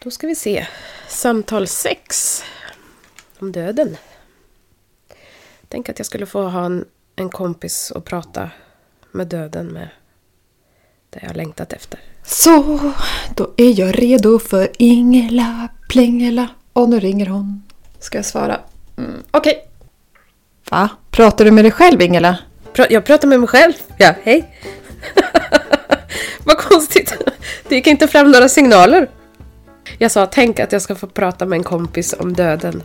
Då ska vi se. Samtal 6. Om döden. Tänk att jag skulle få ha en kompis och prata med döden med. Det jag har längtat efter. Så, då är jag redo för Ingela Plingela. Och nu ringer hon. Ska jag svara? Okej. Va? Pratar du med dig själv, Ingela? Jag pratar med mig själv. Ja, hej. Vad konstigt. Det gick inte fram några signaler. Jag sa, tänk att jag ska få prata med en kompis om döden.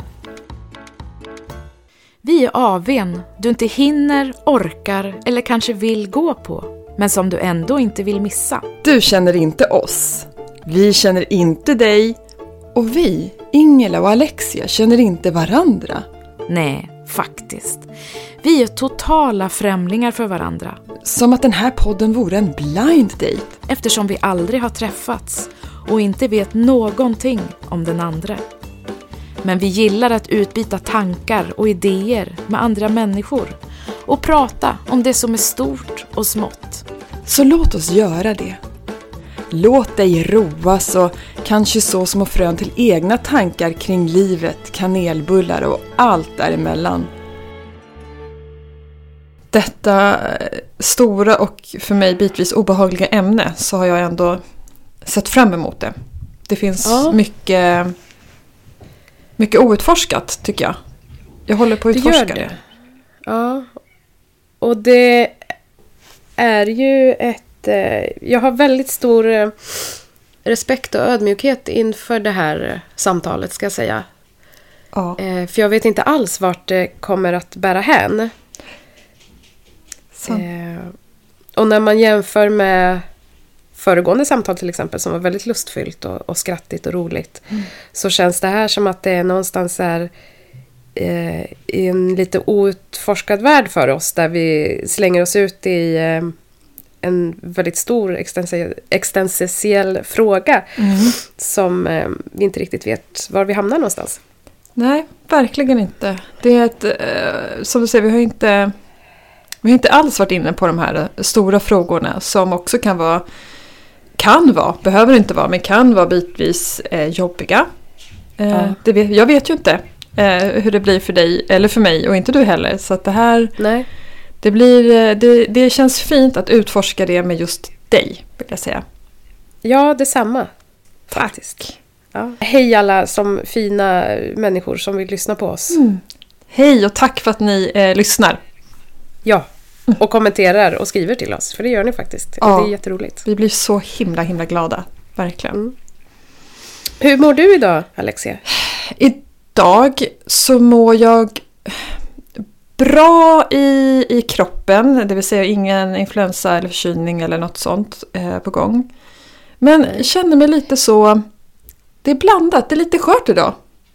Vi är AW:n du inte hinner, orkar eller kanske vill gå på, men som du ändå inte vill missa. Du känner inte oss. Vi känner inte dig. Och vi, Ingela och Alexia, känner inte varandra. Nej, faktiskt. Vi är totala främlingar för varandra. Som att den här podden vore en blind date. Eftersom vi aldrig har träffats och inte vet någonting om den andra. Men vi gillar att utbyta tankar och idéer med andra människor och prata om det som är stort och smått. Så låt oss göra det. Låt dig roas och kanske så små frön till egna tankar kring livet, kanelbullar och allt däremellan. Detta stora och för mig bitvis obehagliga ämne, så har jag ändå sett fram emot det. Det finns mycket outforskat, tycker jag. Jag håller på att utforska det. Ja, och det är ju jag har väldigt stor respekt och ödmjukhet inför det här samtalet, ska jag säga. Ja. För jag vet inte alls vart det kommer att bära hän. Och när man jämför med föregående samtal till exempel, som var väldigt lustfyllt och skrattigt och roligt, så känns det här som att det är någonstans i en lite outforskad värld för oss, där vi slänger oss ut i en väldigt stor existentiell fråga som vi inte riktigt vet var vi hamnar någonstans. Nej, verkligen inte. Det är som du säger, vi har inte alls varit inne på de här stora frågorna som också kan vara, behöver inte vara, men kan vara bitvis jobbiga. Jag vet ju inte hur det blir för dig eller för mig, och inte du heller. Så att det här, nej. Det känns fint att utforska det med just dig, vill jag säga. Ja, detsamma. Faktiskt. Ja. Hej alla som fina människor som vill lyssna på oss. Hej och tack för att ni lyssnar. Ja, och kommenterar och skriver till oss. För det gör ni faktiskt. Ja, det är jätteroligt. Vi blir så himla glada. Verkligen. Hur mår du idag, Alexia? Idag så mår jag bra i kroppen. Det vill säga ingen influensa eller förkylning eller något sånt på gång. Men jag känner mig lite så... Det är blandat. Det är lite skört idag.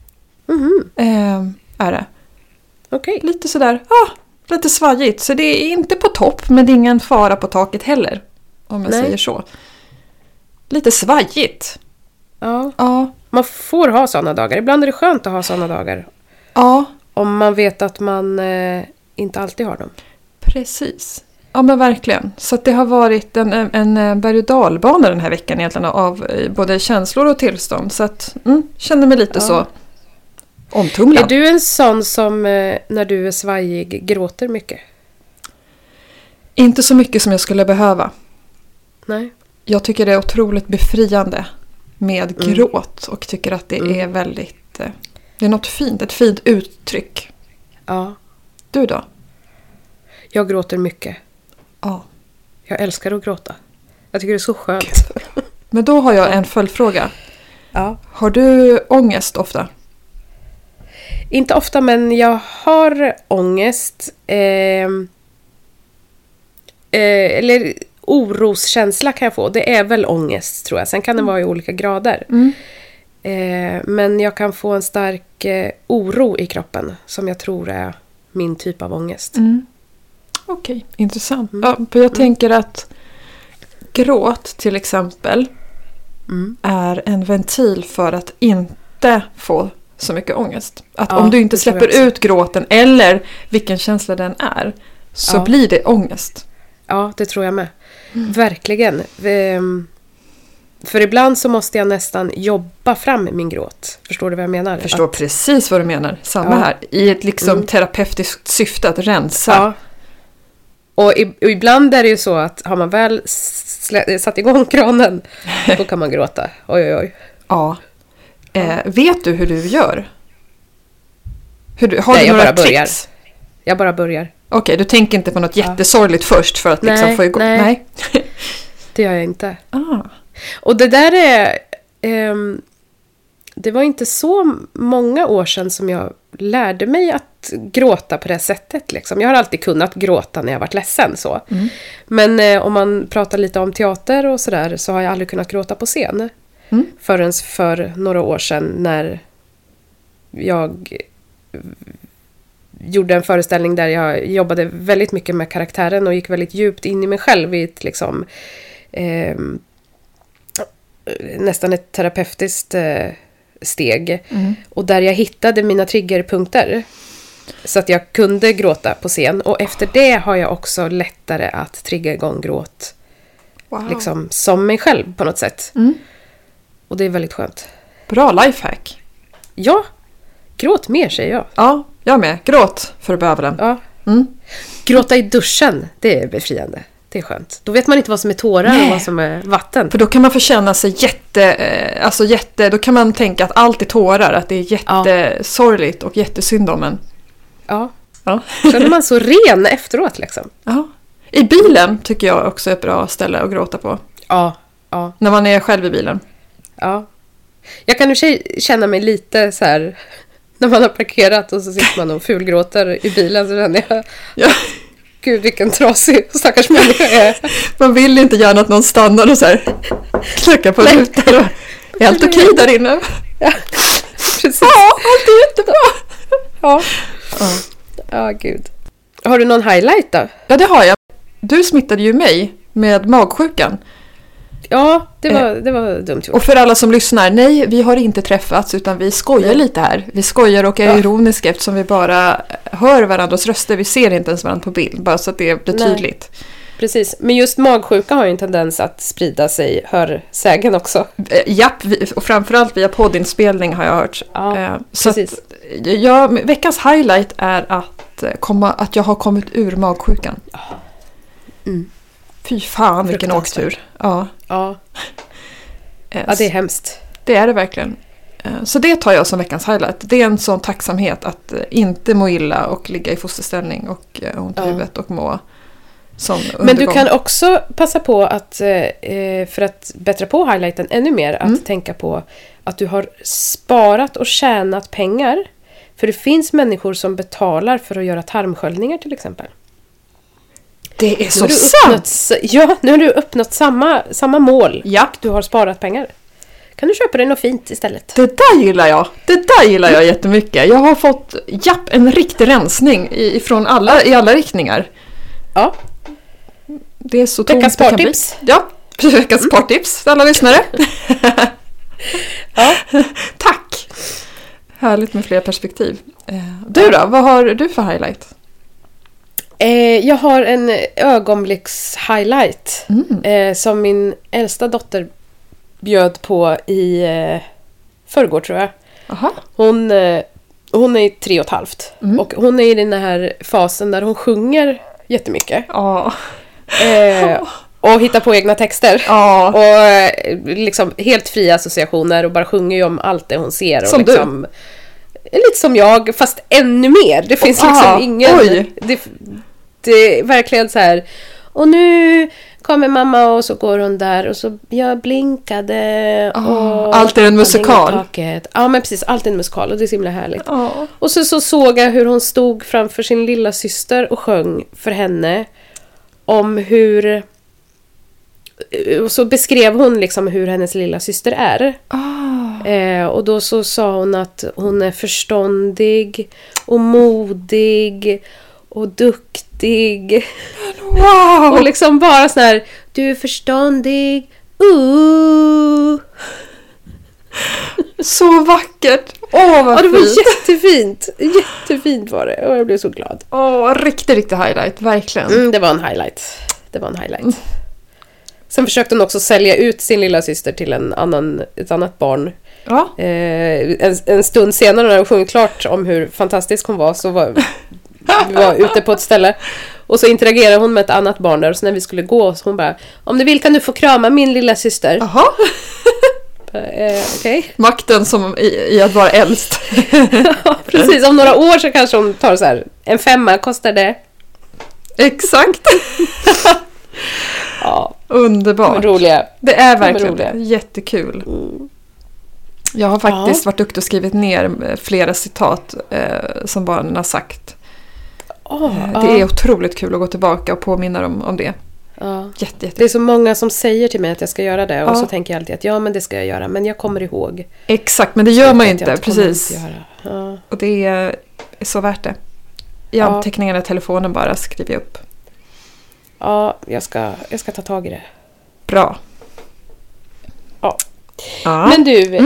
Är det. Okej. Lite sådär... lite svajigt. Så det är inte på topp, men det är ingen fara på taket heller. Om jag säger så. Lite svajigt. Ja. Man får ha sådana dagar. Ibland är det skönt att ha sådana dagar. Ja. Om man vet att man inte alltid har dem. Precis. Ja, men verkligen. Så att det har varit en berg- och dalbana den här veckan egentligen, av både känslor och tillstånd. Så att känner mig lite så omtumlad. Är du en sån som när du är svajig gråter mycket? Inte så mycket som jag skulle behöva. Nej. Jag tycker det är otroligt befriande med gråt, och tycker att det är väldigt... Det är något fint, ett fint uttryck. Ja. Du då? Jag gråter mycket. Ja. Jag älskar att gråta. Jag tycker det är så skönt. Men då har jag en följdfråga. Ja. Har du ångest ofta? Inte ofta, men jag har ångest. Eller oroskänsla kan jag få. Det är väl ångest, tror jag. Sen kan det vara i olika grader. Men jag kan få en stark oro i kroppen, som jag tror är min typ av ångest. Okej, intressant. Ja, för jag tänker att gråt till exempel är en ventil för att inte få så mycket ångest. Att om du inte släpper ut gråten, eller vilken känsla den är, så blir det ångest. Ja, det tror jag med. Verkligen. För ibland så måste jag nästan jobba fram min gråt. Förstår du vad jag menar? Förstår precis vad du menar. Samma här. I ett liksom terapeutiskt syfte att rensa. Ja. Och ibland är det ju så att har man väl satt igång kranen, då kan man gråta. Oj, oj, oj. Ja. Vet du hur du gör? Har Nej, du några tricks? Börjar. Jag bara börjar. Okej, du tänker inte på något jättesorgligt först för att liksom få igång? Nej. Det gör jag inte. Ah. Och det där är... det var inte så många år sedan som jag lärde mig att gråta på det sättet. Liksom. Jag har alltid kunnat gråta när jag varit ledsen. Så. Men om man pratar lite om teater och sådär, så har jag aldrig kunnat gråta på scen. Förrän för några år sedan när jag gjorde en föreställning där jag jobbade väldigt mycket med karaktären och gick väldigt djupt in i mig själv i ett liksom nästan ett terapeutiskt steg. Och där jag hittade mina triggerpunkter så att jag kunde gråta på scen. Och efter det har jag också lättare att trigga igång gråt liksom som mig själv på något sätt. Och det är väldigt skönt. Bra lifehack. Ja, gråt mer säger jag. Ja, jag med. Gråt för bövelen. Ja. Gråta i duschen, det är befriande. Det är skönt. Då vet man inte vad som är tårar och vad som är vatten. För då kan man få känna sig då kan man tänka att allt är tårar, att det är jättesorgligt och jättesynd om en. Ja. Känner man så ren efteråt liksom. Ja. I bilen tycker jag också är ett bra ställe att gråta på. Ja. När man är själv i bilen. Ja. Jag kan ju känna mig lite så här när man har parkerat och så sitter man och fulgråter i bilen, så känner jag gud vilken trasig stackars människa jag är. Man vill inte gärna att någon stannar och så här knackar på rutan. Är allt okej där inne? Ja, precis. Ja, allt är jättebra. Ja, gud. Har du någon highlight då? Ja, det har jag. Du smittade ju mig med magsjukan. Ja, det var dumt gjort. Och för alla som lyssnar, nej, vi har inte träffats utan vi skojar lite här. Vi skojar och är ironiska eftersom vi bara hör varandras röster. Vi ser inte ens varandra på bild, bara så att det blir tydligt. Precis, men just magsjuka har ju en tendens att sprida sig, hör sägen också. Japp, och framförallt via poddinspelning har jag hört. Ja, så precis. Veckans highlight är att jag har kommit ur magsjukan. Fy fan, vilken åktur. Ja, det är hemskt. Det är det verkligen. Så det tar jag som veckans highlight. Det är en sån tacksamhet att inte må illa och ligga i fosterställning och ont i huvudet och må som undergång. Men du kan också passa på att, för att bättra på highlighten ännu mer, att tänka på att du har sparat och tjänat pengar. För det finns människor som betalar för att göra tarmsköljningar till exempel. Det är så sant! Nu har du uppnått samma mål. Ja. Du har sparat pengar. Kan du köpa dig något fint istället? Det där gillar jag jättemycket. Jag har fått en riktig rensning ifrån i alla riktningar. Ja. Det är så veckans spartips. Ja, veckans spartips. Alla lyssnare. Ja. Tack! Härligt med fler perspektiv. Du då? Vad har du för highlight? Jag har en ögonblicks-highlight som min äldsta dotter bjöd på i förrgår, tror jag. Aha. Hon är 3,5 och hon är i den här fasen där hon sjunger jättemycket. Och hittar på egna texter. Och liksom helt fria associationer och bara sjunger ju om allt det hon ser. Och som liksom, lite som jag, fast ännu mer. Det finns liksom ingen... Det är verkligen så här. Och nu kommer mamma och så går hon där och så jag blinkade. Och allt är en musikal. Ja, men precis. Allt är en musikal och det är så himla härligt. Och så såg jag hur hon stod framför sin lilla syster och sjöng för henne om hur... Och så beskrev hon liksom hur hennes lilla syster är. Och då så sa hon att hon är förståndig och modig och duktig. Wow! Och liksom bara sån här, du är förståndig. Så vackert. Vad det var jättefint. Jättefint var det. Och jag blev så glad. Riktigt highlight, verkligen. Det var en highlight. Sen försökte hon också sälja ut sin lilla syster till ett annat barn. Ja. En stund senare när hon sjungit klart om hur fantastisk hon var, så vi var ute på ett ställe. Och så interagerade hon med ett annat barn där. Och så när vi skulle gå, så hon bara: om du vill kan du få krama min lilla syster. Jaha. Okej. Makten som i att vara äldst. Ja, precis. Om några år så kanske hon tar så här: en 5 kostar det. Exakt. Ja. Underbart. Roliga. Det är verkligen roliga. Jättekul. Jag har faktiskt varit duktig och skrivit ner flera citat som barnen har sagt. Det är otroligt kul att gå tillbaka och påminna dem om det. Ja. Jätte. Det är så många som säger till mig att jag ska göra det. Och så tänker jag alltid att men det ska jag göra. Men jag kommer ihåg. Exakt, men det gör man ju inte. Precis. Ja. Och det är så värt det. I anteckningarna i telefonen bara skriver jag upp. Ja, jag ska ta tag i det. Bra. Ja. Ja. Men du,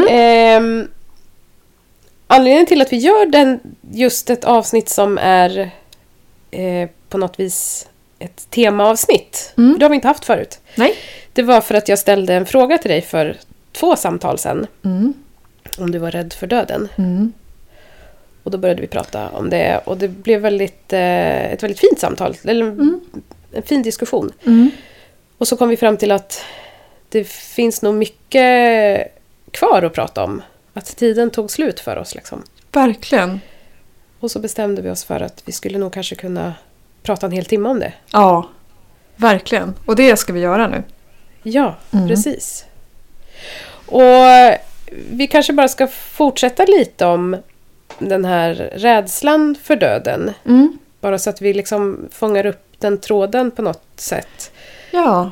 anledningen till att vi gör just ett avsnitt som är på något vis ett temaavsnitt. För det har vi inte haft förut. Nej. Det var för att jag ställde en fråga till dig för 2 samtal sedan. Om du var rädd för döden. Och då började vi prata om det. Och det blev ett väldigt fint samtal. Eller en fin diskussion. Och så kom vi fram till att det finns nog mycket kvar att prata om. Att tiden tog slut för oss liksom. Verkligen. Och så bestämde vi oss för att vi skulle nog kanske kunna prata en hel timme om det. Ja, verkligen. Och det ska vi göra nu. Ja, precis. Och vi kanske bara ska fortsätta lite om den här rädslan för döden. Bara så att vi liksom fångar upp den tråden på något sätt. Ja.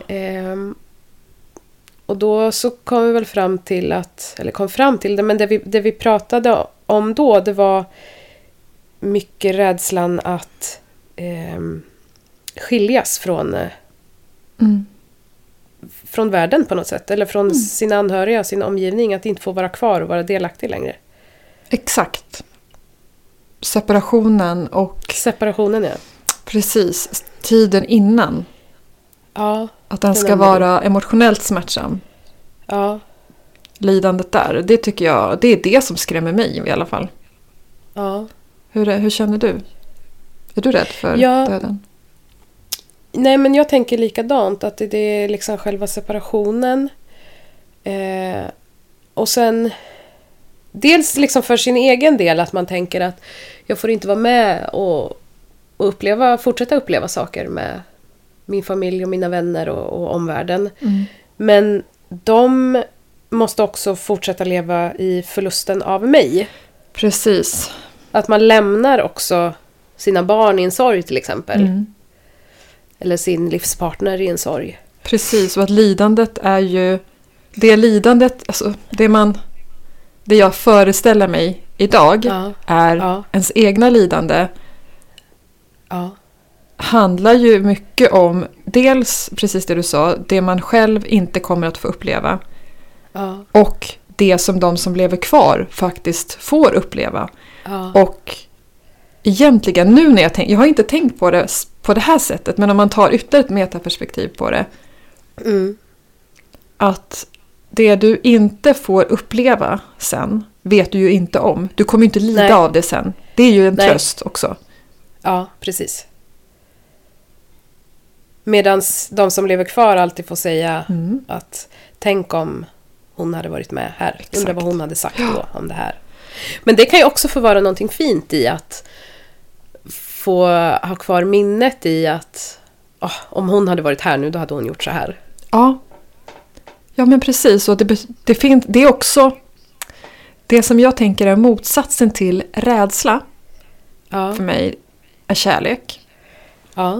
Och då så kom vi väl fram till det, men det vi pratade om då, det var mycket rädslan att skiljas från världen på något sätt. Eller från sina anhöriga, sin omgivning. Att inte få vara kvar och vara delaktig längre. Exakt. Separationen, ja. Precis. Tiden innan. Ja. Att den ska vara emotionellt smärtsam. Ja. Lidandet där. Det tycker jag, det är det som skrämmer mig i alla fall. Ja. Hur känner du? Är du rädd för döden? Nej, men jag tänker likadant. Att det är liksom själva separationen. Och sen dels liksom för sin egen del att man tänker att jag får inte vara med och fortsätta uppleva saker med min familj och mina vänner och omvärlden. Men de måste också fortsätta leva i förlusten av mig. Precis. Att man lämnar också sina barn i en sorg till exempel. Eller sin livspartner i en sorg. Precis, och att lidandet är ju... Det lidandet, alltså det jag föreställer mig idag är ens egna lidande. Ja. Handlar ju mycket om dels precis det du sa, det man själv inte kommer att få uppleva. Ja. Och det som de som lever kvar faktiskt får uppleva. Ja. Och egentligen nu när jag har inte tänkt på det på det här sättet, men om man tar ytterligare ett metaperspektiv på det. Att det du inte får uppleva sen vet du ju inte om. Du kommer inte lida av det sen. Det är ju en tröst också. Ja, precis. Medan de som lever kvar alltid får säga att tänk om hon hade varit med här. Exakt. Undrar vad hon hade sagt då om det här. Men det kan ju också få vara någonting fint i att få ha kvar minnet i att om hon hade varit här nu, då hade hon gjort så här. Ja, men precis. Och det är också det som jag tänker är motsatsen till rädsla. För mig är kärlek. Ja.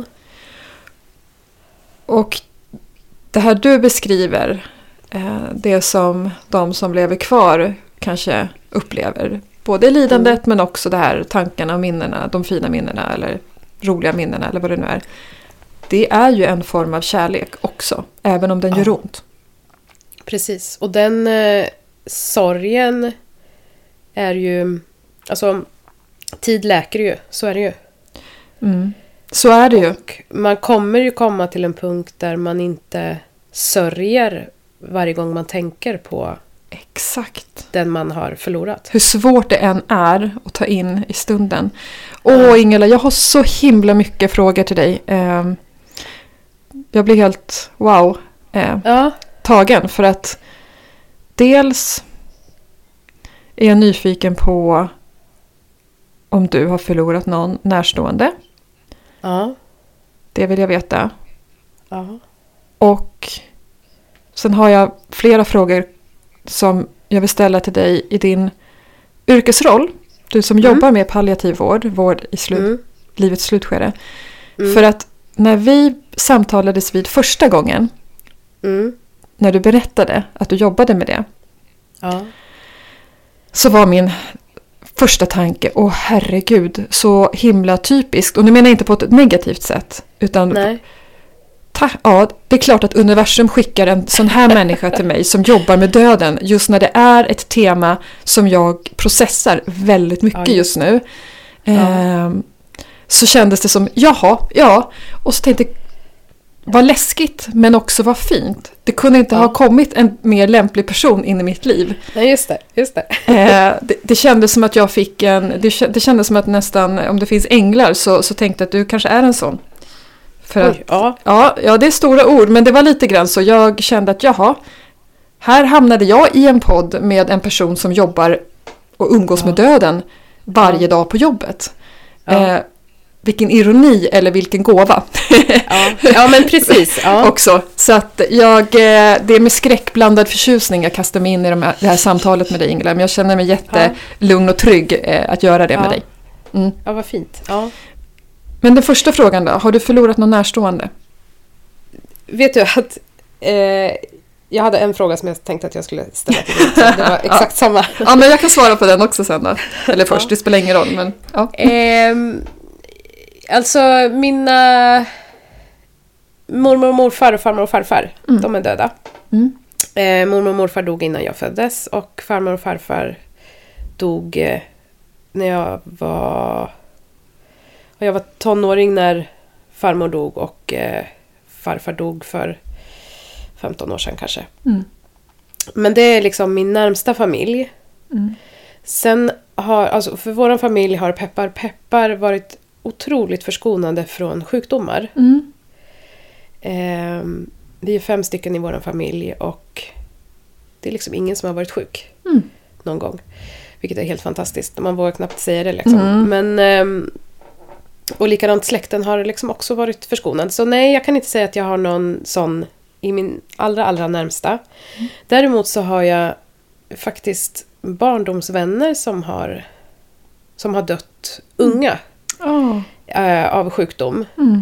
Och det här du beskriver, det som de som lever kvar kanske upplever. Både lidandet men också det här tankarna och minnena, de fina minnena eller roliga minnena eller vad det nu är. Det är ju en form av kärlek också, även om den gör ont. Precis, och den sorgen är ju, alltså tid läker ju, så är det ju. Så är det ju. Och man kommer ju komma till en punkt där man inte sörjer varje gång man tänker på Exakt. den man har förlorat. Hur svårt det än är att ta in i stunden. Ingela, jag har så himla mycket frågor till dig. Jag blir helt tagen. För att dels är jag nyfiken på om du har förlorat någon närstående. Ja. Det vill jag veta. Ja. Och sen har jag flera frågor som jag vill ställa till dig i din yrkesroll. Du som jobbar med palliativ vård i livets slutskede. För att när vi samtalades vid första gången, när du berättade att du jobbade med det, så var min första tanke, herregud, så himla typiskt. Och nu menar jag inte på ett negativt sätt, utan det är klart att universum skickar en sån här människa till mig som jobbar med döden just när det är ett tema som jag processar väldigt mycket just nu. Så kändes det som, och så tänkte jag, vad läskigt men också vad fint. Det kunde inte ha kommit en mer lämplig person in i mitt liv. Nej, just det. Det kändes som att jag fick det kändes som att nästan, om det finns änglar så tänkte jag att du kanske är en sån. Det är stora ord, men det var lite grann så. Jag kände att här hamnade jag i en podd med en person som jobbar och umgås med döden varje dag på jobbet. Vilken ironi eller vilken gåva. Ja, men precis. Också. Så att det är med skräckblandad förtjusning jag kastar mig in i det här samtalet med dig, Ingela. Men jag känner mig jättelugn och trygg att göra det med dig. Ja, vad fint. Ja. Men den första frågan då, har du förlorat någon närstående? Vet du att jag hade en fråga som jag tänkte att jag skulle ställa till dig. Det var exakt samma. Ja, men jag kan svara på den också sen då. Eller först, det spelar ingen roll. Men, alltså mina mormor och morfar och farmor och farfar, de är döda. Mormor och morfar dog innan jag föddes. Och farmor och farfar dog när jag var tonåring när farmor dog och farfar dog för 15 år sedan kanske. Men det är liksom min närmsta familj. Sen har, för vår familj har peppar varit otroligt förskonande från sjukdomar. Vi är 5 stycken i vår familj och det är liksom ingen som har varit sjuk någon gång. Vilket är helt fantastiskt. Man vågar knappt säga det liksom. Men och likadant släkten har liksom också varit förskonad. Så nej, jag kan inte säga att jag har någon sån i min allra närmsta. Däremot så har jag faktiskt barndomsvänner som har dött unga av sjukdom.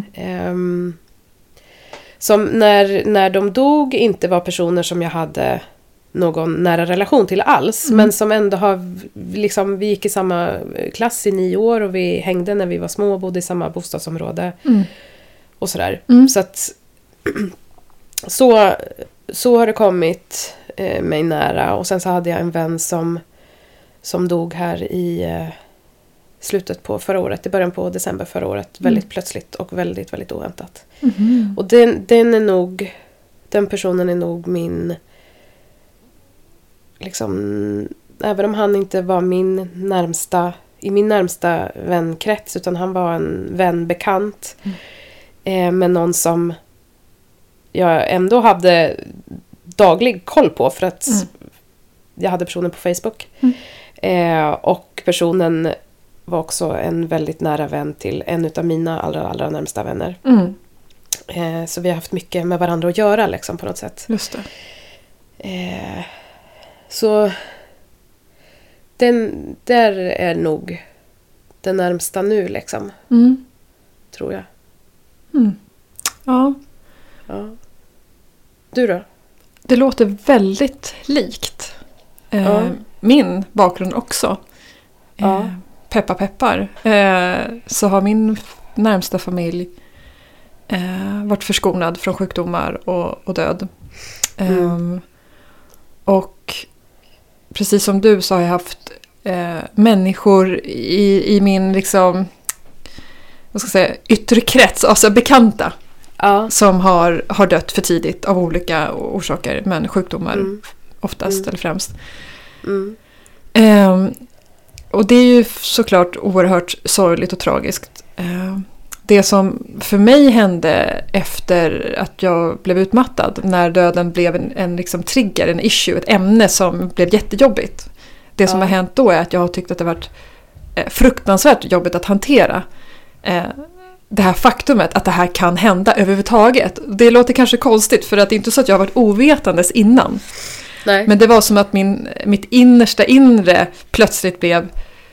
Som när de dog inte var personer som jag hade någon nära relation till alls. Men som ändå har liksom, vi gick i samma klass i 9 år och vi hängde när vi var små och bodde i samma bostadsområde. Och sådär. Så att så har det kommit mig nära. Och sen så hade jag en vän som dog här i slutet på förra året, i början på december förra året. Väldigt plötsligt och väldigt, väldigt oväntat. Och den personen är nog min, liksom, även om han inte var i min närmsta vänkrets, utan han var en vänbekant med någon som jag ändå hade daglig koll på för att jag hade personen på Facebook. Och personen var också en väldigt nära vän till en av mina allra närmsta vänner. Så vi har haft mycket med varandra att göra liksom, på något sätt. Just det. Så den där är nog den närmsta nu liksom. Tror jag. Ja. Du då? Det låter väldigt likt min bakgrund också. Peppar. Så har min närmsta familj varit förskonad från sjukdomar och död. Och precis som du så har jag haft människor i min liksom, vad ska jag säga, yttre krets, alltså bekanta Ja. som har dött för tidigt av olika orsaker, men sjukdomar oftast eller främst. Och det är ju såklart oerhört sorgligt och tragiskt. Det som för mig hände efter att jag blev utmattad, när döden blev en liksom trigger, en issue, ett ämne som blev jättejobbigt. Det som har hänt då är att jag har tyckt att det varit fruktansvärt jobbigt att hantera det här faktumet att det här kan hända överhuvudtaget. Det låter kanske konstigt, för att det är inte så att jag har varit ovetandes innan. Nej. Men det var som att mitt inre plötsligt blev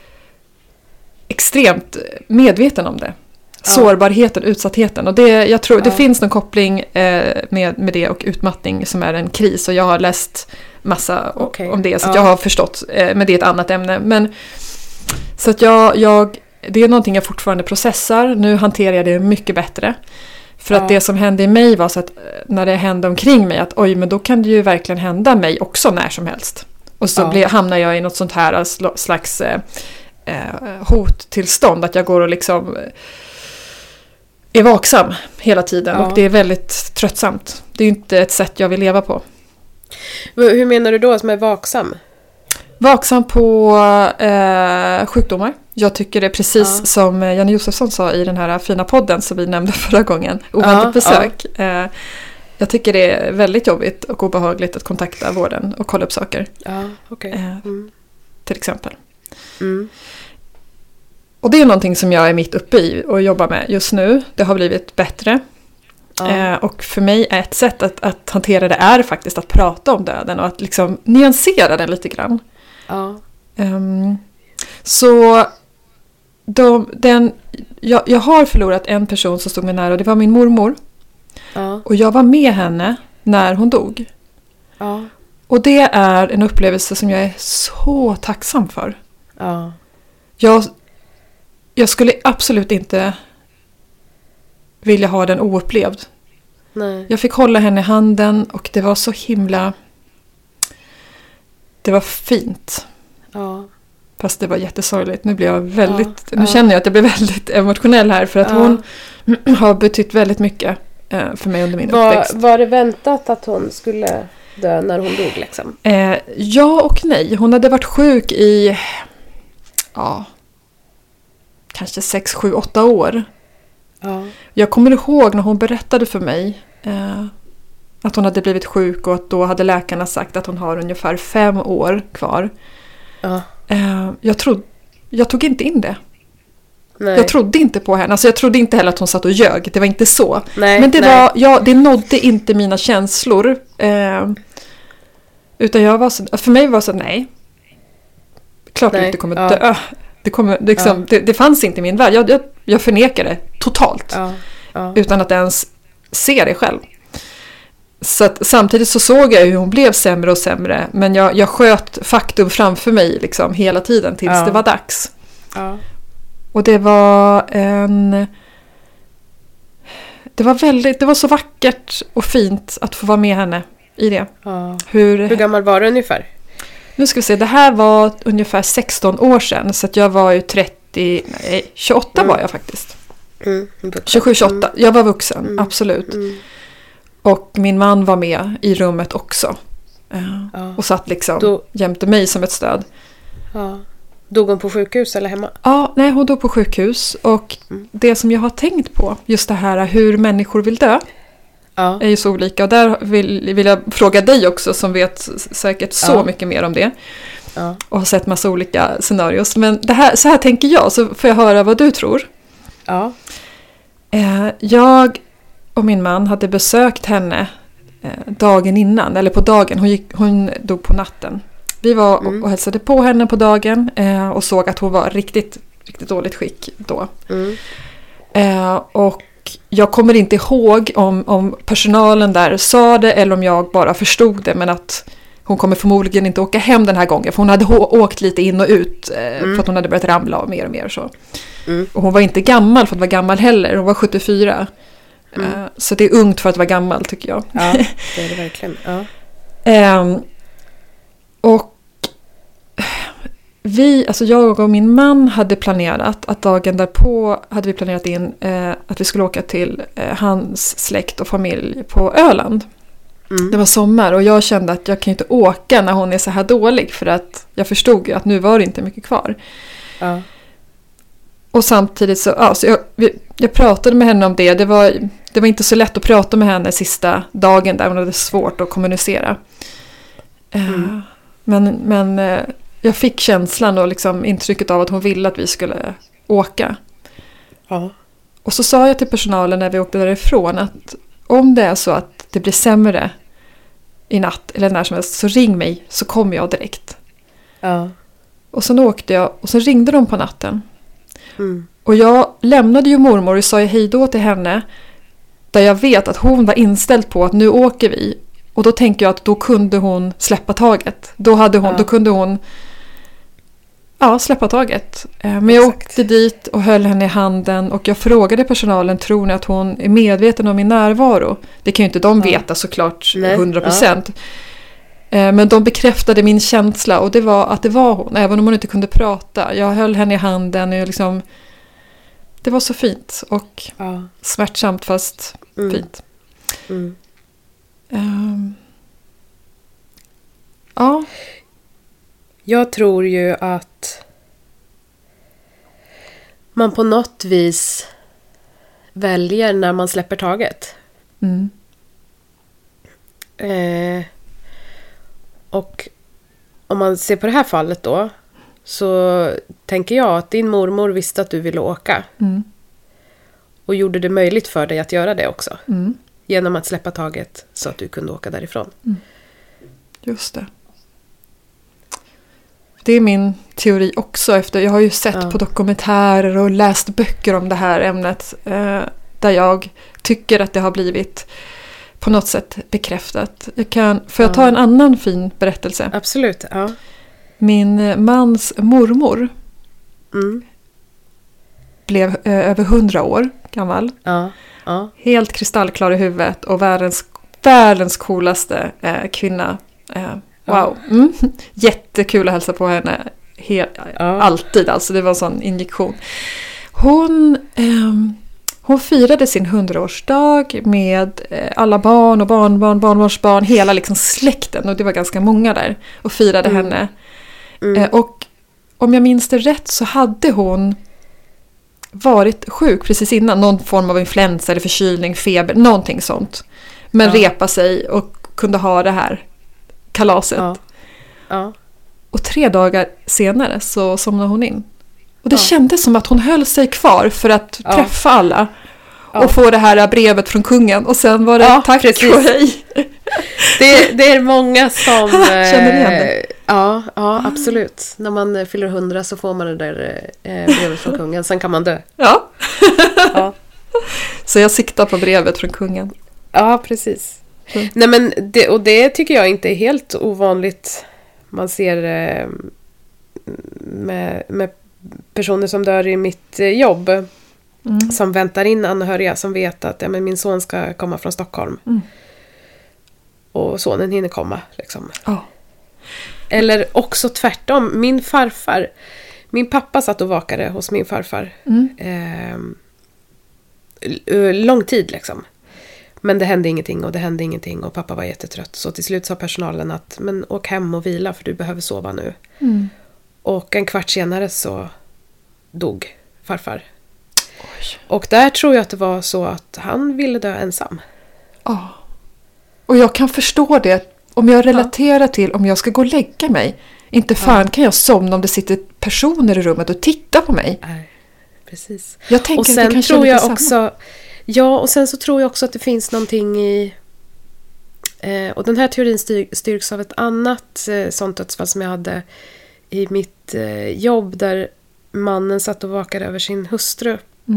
extremt medveten om det. Sårbarheten, utsattheten. Och jag tror det finns någon koppling med det och utmattning som är en kris. Och jag har läst massa om det, så att jag har förstått. Men det är ett annat ämne. Men, så att det är någonting jag fortfarande processar. Nu hanterar jag det mycket bättre. För att det som hände i mig var så att när det hände omkring mig, att men då kan det ju verkligen hända mig också när som helst. Och så hamnar jag i något sånt här slags hottillstånd, att jag går och liksom är vaksam hela tiden. Och det är väldigt tröttsamt. Det är ju inte ett sätt jag vill leva på. Hur menar du då som är vaksam? Vaksam på sjukdomar. Jag tycker det är precis som Janne Josefsson sa i den här fina podden som vi nämnde förra gången. Oväntat besök. Jag tycker det är väldigt jobbigt och obehagligt att kontakta vården och kolla upp saker. Till exempel. Och det är någonting som jag är mitt uppe i och jobbar med just nu. Det har blivit bättre. Och för mig är ett sätt att hantera det är faktiskt att prata om döden och att liksom nyansera den lite grann. Så jag har förlorat en person som stod mig nära, och det var min mormor. Och jag var med henne när hon dog. Och det är en upplevelse som jag är så tacksam för. Jag skulle absolut inte vilja ha den oupplevd. Nej. Jag fick hålla henne i handen och det var så himla... Det var fint. Fast det var jättesorgligt. Nu blir jag väldigt... Nu känner jag att jag blir väldigt emotionell här, för att hon har betytt väldigt mycket för mig under min uppväxt. Var det väntat att hon skulle dö när hon dog liksom? Ja och nej. Hon hade varit sjuk i... kanske 6, 7, 8 år. Jag kommer ihåg när hon berättade för mig att hon hade blivit sjuk, och att då hade läkarna sagt att hon har ungefär 5 år kvar. Jag tog inte in det. Nej. Jag trodde inte på henne. Alltså jag trodde inte heller att hon satt och ljög. Det var inte så. Nej, men det nådde inte mina känslor. Utan jag var så, för mig var så, nej. Klart jag inte kommer dö. Det fanns inte i min värld. Jag förnekar det totalt. Utan att ens se det själv. Så att, samtidigt så såg jag hur hon blev sämre och sämre. Men jag sköt faktum framför mig liksom, hela tiden tills det var dags. Och det var det var så vackert och fint att få vara med henne i det. Hur gammal var du ungefär? Nu ska vi se, det här var ungefär 16 år sedan. Så att jag var ju 28 var jag faktiskt. 27-28. Jag var vuxen, absolut. Och min man var med i rummet också. Och satt liksom jämte mig som ett stöd. Dog hon på sjukhus eller hemma? Nej, hon dog på sjukhus. Och det som jag har tänkt på, just det här hur människor vill dö, är ju så olika. Och där vill jag fråga dig också, som vet säkert så mycket mer om det. Och har sett massa olika scenarios. Men så här tänker jag, så får jag höra vad du tror. Jag och min man hade besökt henne dagen innan, eller på dagen. Hon dog på natten. Vi var och hälsade på henne på dagen och såg att hon var riktigt, riktigt dåligt skick då. Och jag kommer inte ihåg om personalen där sa det eller om jag bara förstod det, men att hon kommer förmodligen inte åka hem den här gången, för hon hade åkt lite in och ut för att hon hade börjat ramla av mer och mer så. Och hon var inte gammal för att vara gammal heller, hon var 74. Så det är ungt för att vara gammal, tycker jag. Ja, det är det verkligen. Och jag och min man hade planerat att dagen därpå hade vi planerat in att vi skulle åka till hans släkt och familj på Öland. Det var sommar och jag kände att jag kan inte åka när hon är så här dålig, för att jag förstod ju att nu var det inte mycket kvar. Ja. Och samtidigt så jag pratade med henne om det. Det var inte så lätt att prata med henne sista dagen där hon hade svårt att kommunicera. Men jag fick känslan och liksom intrycket av att hon ville att vi skulle åka. Ja. Och så sa jag till personalen när vi åkte därifrån att om det är så att det blir sämre i natt eller när som helst, så ring mig så kommer jag direkt. Ja. Och sen åkte jag och sen ringde de på natten. Mm. Och jag lämnade ju mormor och sa hej då till henne, där jag vet att hon var inställd på att nu åker vi. Och då tänker jag att då kunde hon släppa taget. Då kunde hon släppa taget. Men jag åkte dit och höll henne i handen och jag frågade personalen, tror ni att hon är medveten om min närvaro? Det kan ju inte de veta såklart 100%. Men de bekräftade min känsla och det var att det var hon, även om hon inte kunde prata. Jag höll henne i handen och liksom, det var så fint och smärtsamt fast fint. Mm. Ja. Jag tror ju att man på något vis väljer när man släpper taget. Mm. Och om man ser på det här fallet då, så tänker jag att din mormor visste att du ville åka. Mm. Och gjorde det möjligt för dig att göra det också. Mm. Genom att släppa taget så att du kunde åka därifrån. Mm. Just det. Det är min teori också. Jag har ju sett på dokumentärer och läst böcker om det här ämnet. Där jag tycker att det har blivit på något sätt bekräftat. Får jag ta en annan fin berättelse? Absolut, ja. Min mans mormor blev över 100 år gammal. Ja. Ja. Helt kristallklar i huvudet och världens coolaste kvinna. Wow. Mm. Jättekul att hälsa på henne. Alltid, alltså det var en sån injektion. Hon firade sin 100-årsdag med alla barn och barnbarnsbarn, hela liksom släkten, och det var ganska många där, och firade henne. Och om jag minns det rätt så hade hon varit sjuk precis innan, någon form av influensa eller förkylning, feber, någonting sånt. Men repa sig och kunde ha det här kalaset. Ja. Och 3 dagar senare så somnade hon in. Och det kändes som att hon höll sig kvar för att träffa alla. Och få det här brevet från kungen. Och sen var det tack och hej. Det är många som känner igen det. Ja, absolut. När man fyller 100 så får man det där brevet från kungen. Sen kan man dö. Ja. Så jag siktar på brevet från kungen. Ja, precis. Nej, men det tycker jag inte är helt ovanligt. Man ser med personer som dör i mitt jobb. Som väntar in anhöriga som vet att men min son ska komma från Stockholm. Och sonen hinner komma. Liksom. Eller också tvärtom. Min pappa satt och vakade hos min farfar. Lång tid liksom. Men det hände ingenting och pappa var jättetrött. Så till slut sa personalen att men åk hem och vila för du behöver sova nu. Och en kvart senare så dog farfar. Och där tror jag att det var så att han ville dö ensam. Och jag kan förstå det. Om jag relaterar till om jag ska gå och lägga mig. Inte fan kan jag somna om det sitter personer i rummet och tittar på mig. Nej, precis. Jag tänker och sen att det kanske tror jag samma. också... Ja, och sen så tror jag också att det finns någonting i... och den här teorin styrks av ett annat sånt dödsfall som jag hade i mitt jobb, där mannen satt och vakade över sin hustru.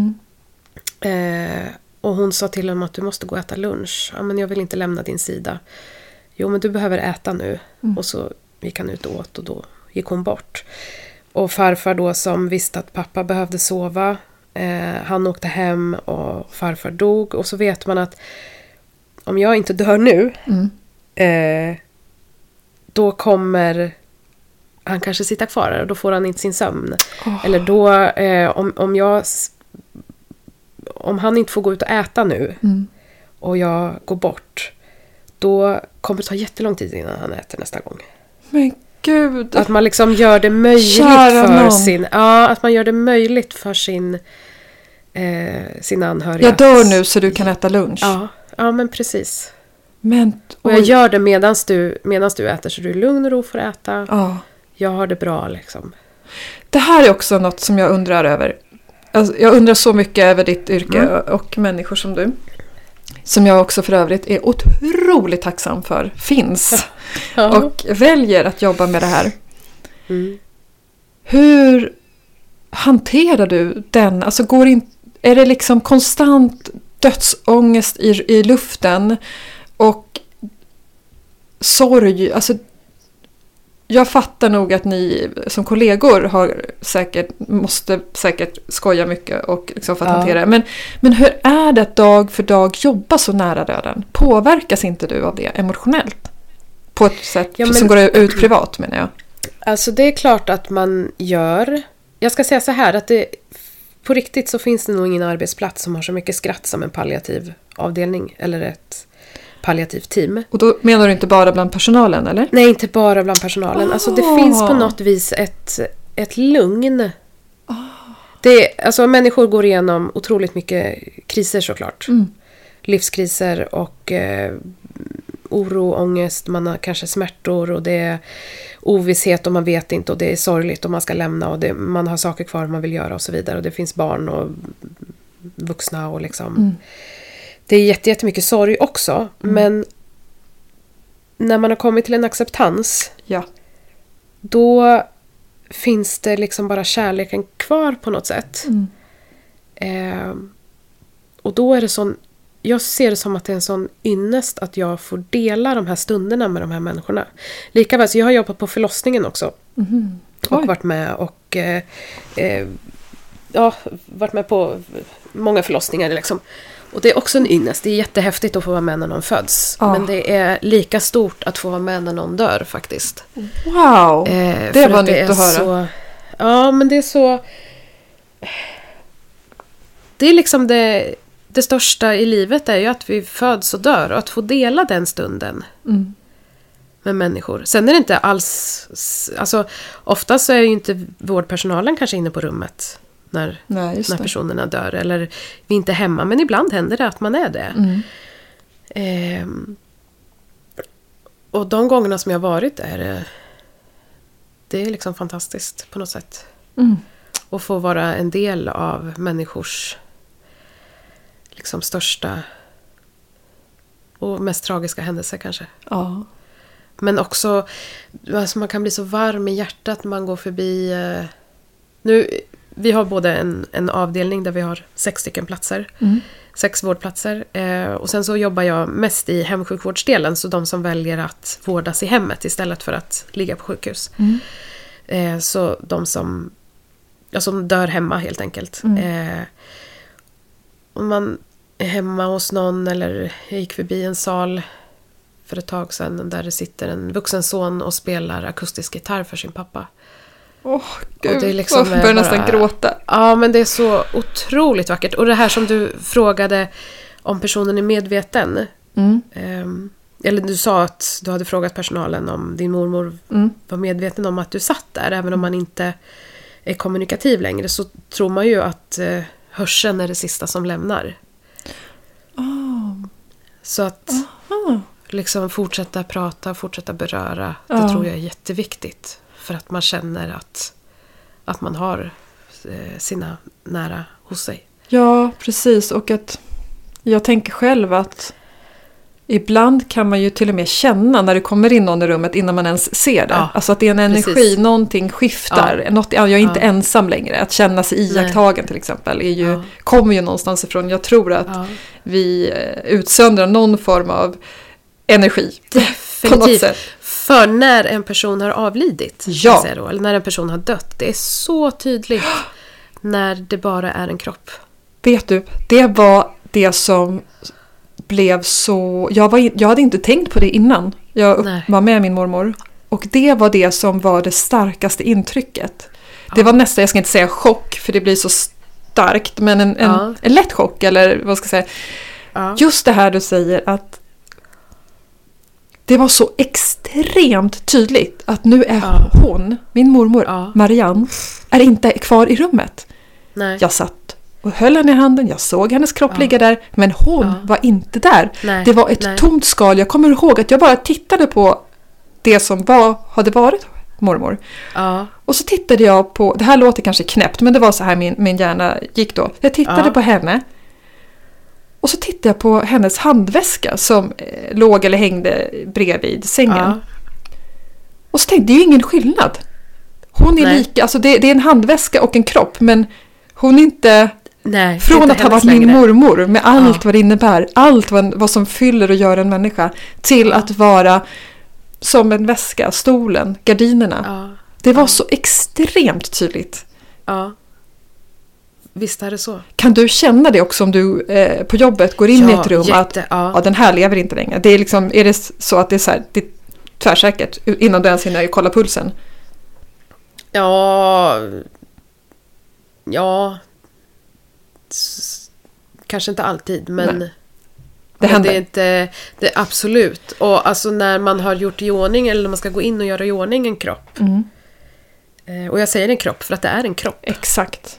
Och hon sa till honom att du måste gå och äta lunch. Ja, men jag vill inte lämna din sida. Jo, men du behöver äta nu. Och så gick han ut och åt och då gick hon bort. Och farfar då, som visste att pappa behövde sova, han åkte hem och farfar dog. Och så vet man att om jag inte dör nu, då kommer han kanske sitter kvar och då får han inte sin sömn. Eller då, om han inte får gå ut och äta nu och jag går bort, då kommer det ta jättelång tid innan han äter nästa gång. Men gud. Att man liksom gör det möjligt att man gör det möjligt för sin anhöriga. Jag dör nu så du kan äta lunch. Ja, men precis. Och jag gör det medans du äter, så du är lugn och ro för att äta. Ja. Jag har det bra liksom. Det här är också något som jag undrar över. Alltså, jag undrar så mycket över ditt yrke och människor som du. Som jag också för övrigt är otroligt tacksam för finns. Ja. Och väljer att jobba med det här. Mm. Hur hanterar du den? Alltså är det liksom konstant dödsångest i luften och sorg? Alltså, jag fattar nog att ni som kollegor måste säkert skoja mycket och liksom för att hantera det. Men hur är det att dag för dag jobba så nära döden? Påverkas inte du av det emotionellt? På ett sätt som går ut privat, menar jag. Alltså det är klart att man gör. Jag ska säga så här att på riktigt så finns det nog ingen arbetsplats som har så mycket skratt som en palliativ avdelning eller ett palliativt team. Och då menar du inte bara bland personalen, eller? Nej, inte bara bland personalen. Alltså det finns på något vis ett lugn. Alltså människor går igenom otroligt mycket kriser såklart. Livskriser och oro, ångest, man har kanske smärtor och det är ovisshet och man vet inte och det är sorgligt och man ska lämna och man har saker kvar man vill göra och så vidare och det finns barn och vuxna och liksom det är jättemycket sorg också men när man har kommit till en acceptans då finns det liksom bara kärleken kvar på något sätt och då är det sån. Jag ser det som att det är en sån ynnest att jag får dela de här stunderna med de här människorna. Likaväl, så jag har jobbat på förlossningen också. Och varit med och varit med på många förlossningar liksom. Och det är också en ynnest. Det är jättehäftigt att få vara med när någon föds. Men det är lika stort att få vara med när någon dör faktiskt. Wow, det var nytt att höra. Ja, men det är så. Det är liksom det största i livet är ju att vi föds och dör och att få dela den stunden med människor. Sen är det inte alls, alltså ofta så är ju inte vårdpersonalen kanske inne på rummet när personerna dör eller vi är inte hemma, men ibland händer det att man är det. Och de gångerna som jag har varit det är liksom fantastiskt på något sätt. Och få vara en del av människors liksom största och mest tragiska händelser kanske. Ja. Men också alltså man kan bli så varm i hjärtat man går förbi. Vi har både en avdelning där vi har 6 stycken platser. 6 vårdplatser. Och sen så jobbar jag mest i hemsjukvårdsdelen. Så de som väljer att vårdas i hemmet istället för att ligga på sjukhus. Så de som dör hemma helt enkelt. Om man är hemma hos någon eller jag gick förbi en sal för ett tag sedan där det sitter en vuxen son och spelar akustisk gitarr för sin pappa. Gud, och det är liksom jag börjar nästan gråta. Ja, men det är så otroligt vackert. Och det här som du frågade om personen är medveten. Eller du sa att du hade frågat personalen om din mormor var medveten om att du satt där. Även om man inte är kommunikativ längre så tror man ju att hörseln är det sista som lämnar. Så att liksom fortsätta prata, fortsätta beröra, det tror jag är jätteviktigt. För att man känner att man har sina nära hos sig. Ja, precis. Och att jag tänker själv att ibland kan man ju till och med känna när det kommer in någon i rummet innan man ens ser det. Ja, alltså att det är en energi, någonting skiftar. Jag är inte ensam längre. Att känna sig iakttagen till exempel kommer ju någonstans ifrån. Jag tror att vi utsöndrar någon form av energi. Definitivt. På något sätt. För när en person har avlidit, eller när en person har dött, det är så tydligt när det bara är en kropp. Vet du, det var det som blev så. Jag hade inte tänkt på det innan. Jag var med min mormor Och det var det som var det starkaste intrycket. Det var nästan, jag ska inte säga chock för det blir så starkt, men en lätt chock, eller vad ska jag säga. Just det här du säger, att det var så extremt tydligt att nu är hon, min mormor Marianne, är inte kvar i rummet. Nej. Jag satt och höll henne i handen, jag såg hennes kropp ligga där, men hon var inte där. Det var ett tomt skal. Jag kommer ihåg att jag bara tittade på det som hade varit mormor. Och så tittade jag på, det här låter kanske knäppt, men det var så här min hjärna gick då. Jag tittade på henne. Och så tittade jag på hennes handväska som låg eller hängde bredvid sängen. Och så tänkte jag, det är ju ingen skillnad. Hon är lika, alltså det är en handväska och en kropp, men hon är inte... Nej, från att ha varit min mormor med allt vad det innebär, allt vad som fyller och gör en människa, till att vara som en väska, stolen, gardinerna. Det var så extremt tydligt. Visst är det så. Kan du känna det också om du på jobbet går in i ett rum att den här lever inte längre? Det är liksom, är det så att det är så här, det är tvärsäkert innan du ens hinner kolla pulsen? Ja, kanske inte alltid, men det händer. Det är inte det är absolut. Och alltså när man har gjort i ordning, eller när man ska gå in och göra i ordning en kropp. Och jag säger en kropp för att det är en kropp. Exakt.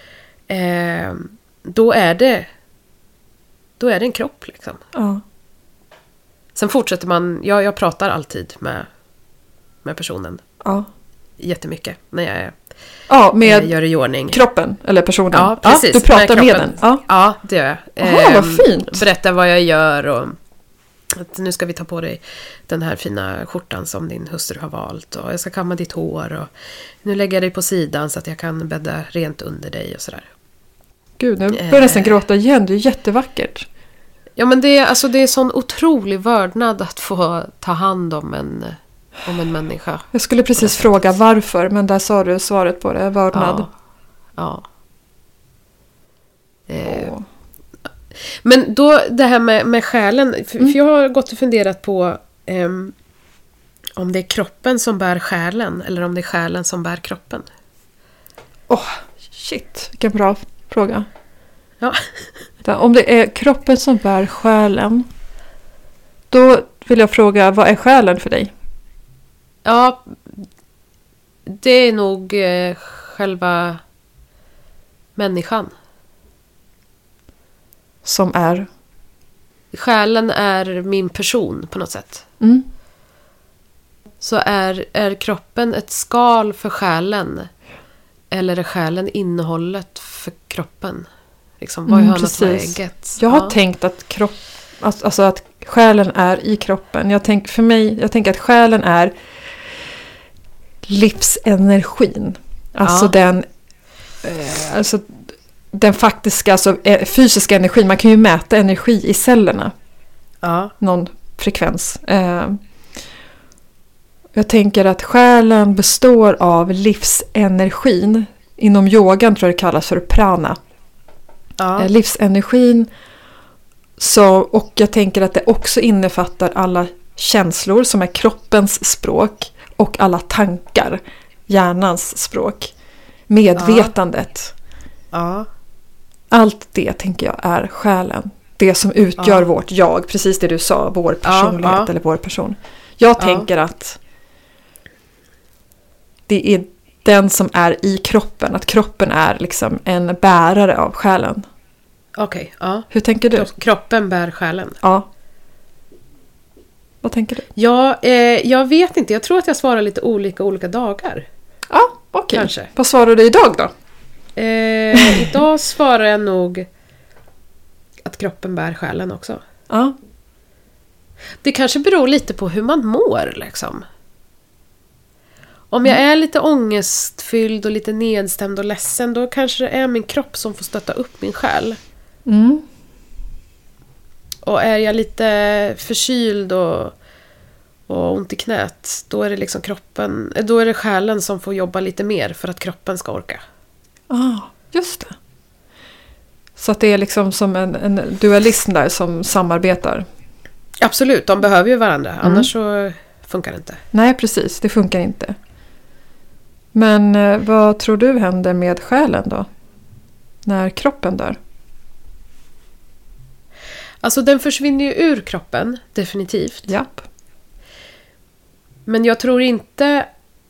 Då är det en kropp liksom. Sen fortsätter man, jag pratar alltid med personen. Jättemycket när jag gör i ordning. Kroppen eller personen? Ja, precis. Du pratar med den? Ja, det gör jag. Vad fint. Berätta vad jag gör och att nu ska vi ta på dig den här fina skjortan som din hustru har valt, och jag ska kamma ditt hår, och nu lägger jag dig på sidan så att jag kan bädda rent under dig och sådär. Gud, nu börjar jag nästan gråta igen. Det är jättevackert. Ja, men det är sån otrolig vördnad att få ta hand om en människa. Jag skulle precis fråga varför, men där sa du svaret på det. Vördnad. Men då det här med själen. För jag har gått och funderat på om det är kroppen som bär själen, eller om det är själen som bär kroppen. Shit, vilken bra fråga. Ja. Om det är kroppen som bär själen, då vill jag fråga, vad är själen för dig? Ja, det är nog själva människan. Som är? Själen är min person på något sätt. Så är kroppen ett skal för själen? Eller är själen innehållet för kroppen? Liksom, vad är hönan och ägget? Jag har tänkt att att själen är i kroppen. Jag tänker att själen är livsenergin. Alltså den faktiska, alltså fysiska energin. Man kan ju mäta energi i cellerna. Någon frekvens. Jag tänker att själen består av livsenergin. Inom yogan tror jag det kallas för prana. Livsenergin. Och jag tänker att det också innefattar alla känslor som är kroppens språk. Och alla tankar. Hjärnans språk. Medvetandet. Allt det tänker jag är själen. Det som utgör vårt jag. Precis det du sa. Vår personlighet eller vår person. Jag tänker att det är den som är i kroppen. Att kroppen är liksom en bärare av själen. Okej. Hur tänker du? Kroppen bär själen. Vad tänker du? Jag vet inte. Jag tror att jag svarar lite olika dagar. Okej. Kanske. Vad svarar du idag då? Idag svarar jag nog att kroppen bär själen också. Det kanske beror lite på hur man mår liksom. Om jag är lite ångestfylld och lite nedstämd och ledsen, då kanske det är min kropp som får stötta upp min själ. Och är jag lite förkyld och ont i knät, då är det liksom då är det själen som får jobba lite mer för att kroppen ska orka. Just det. Så att det är liksom som en dualism där som samarbetar. Absolut, de behöver ju varandra. Annars så funkar inte. Nej, precis. Det funkar inte. Men vad tror du händer med själen då? När kroppen dör? Alltså den försvinner ju ur kroppen, definitivt. Japp. Men jag tror inte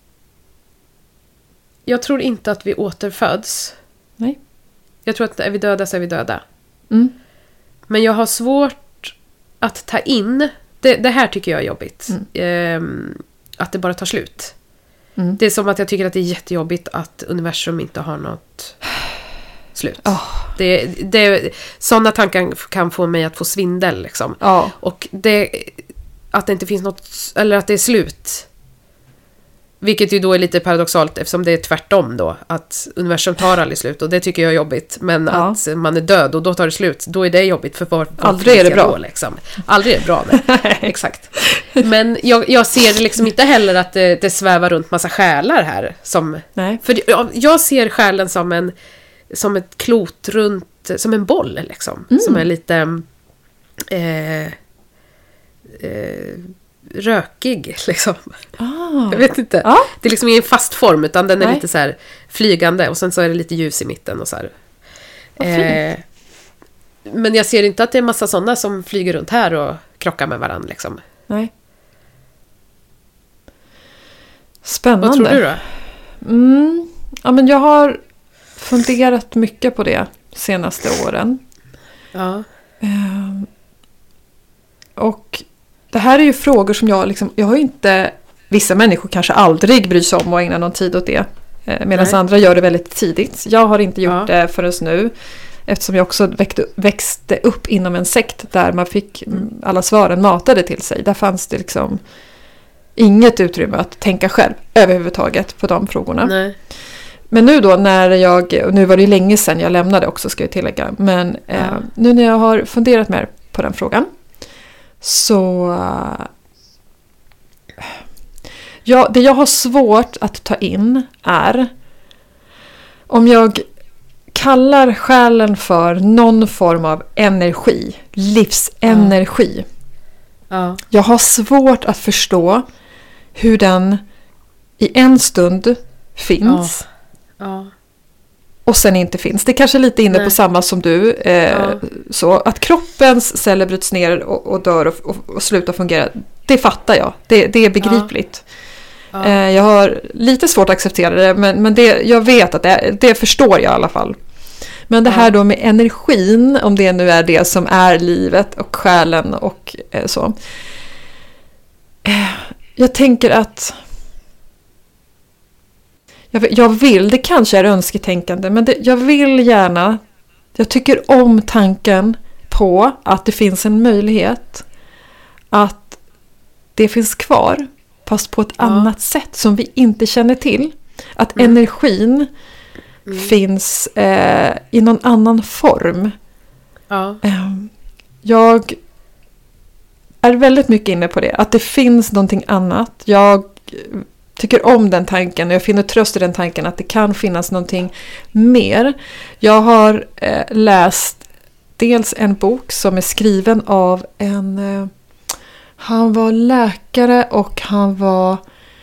att vi återföds. Nej. Jag tror att är vi döda så är vi döda. Mm. Men jag har svårt att ta in, det här tycker jag är jobbigt. Att det bara tar slut. Mm. Det är som att jag tycker att det är jättejobbigt att universum inte har något slut. Sådana tankar kan få mig att få svindel liksom. Och att det inte finns något, eller att det är slut. Vilket ju då är lite paradoxalt eftersom det är tvärtom då. Att universum tar aldrig slut och det tycker jag är jobbigt. Men att man är död och då tar det slut, då är det jobbigt. För aldrig är det bra. Då, liksom. Aldrig är det bra, nej. Exakt. Men jag ser liksom inte heller att det svävar runt massa själar här. Nej. För jag ser själen som ett klot runt, som en boll liksom. Som är lite rökig liksom. Jag vet inte. Det är liksom ingen fast form utan den är lite så här flygande och sen så är det lite ljus i mitten och så här. Men jag ser inte att det är massa sådana som flyger runt här och krockar med varandra liksom. Nej. Spännande. Vad tror du då? Ja, men jag har funderat mycket på det senaste åren. Ja. Och det här är ju frågor som jag har ju inte, vissa människor kanske aldrig bryr sig om att ägna någon tid åt det. Medan andra gör det väldigt tidigt. Jag har inte gjort det förrän nu. Eftersom jag också växte upp inom en sekt där man fick alla svaren matade till sig. Där fanns det liksom inget utrymme att tänka själv överhuvudtaget på de frågorna. Nej. Men nu då nu var det ju länge sedan jag lämnade också ska jag tillägga. Men nu när jag har funderat mer på den frågan. Så det jag har svårt att ta in är om jag kallar själen för någon form av energi, livsenergi. Jag har svårt att förstå hur den i en stund finns och sen inte finns. Det är kanske lite inne på samma som du. Så att kroppens celler bryts ner och dör och slutar fungera, det fattar jag. Det är begripligt. Jag har lite svårt att acceptera det, men jag vet att det förstår jag i alla fall. Men det här då med energin, om det nu är det som är livet och själen och så. Jag tänker att jag vill, det kanske är önsketänkande, men jag vill gärna, jag tycker om tanken på att det finns en möjlighet att det finns kvar, fast på ett annat sätt som vi inte känner till. Att energin finns i någon annan form. Jag är väldigt mycket inne på det. Att det finns någonting annat. Jag tycker om den tanken och jag finner tröst i den tanken att det kan finnas någonting mer. Jag har läst dels en bok som är skriven av han var läkare och han var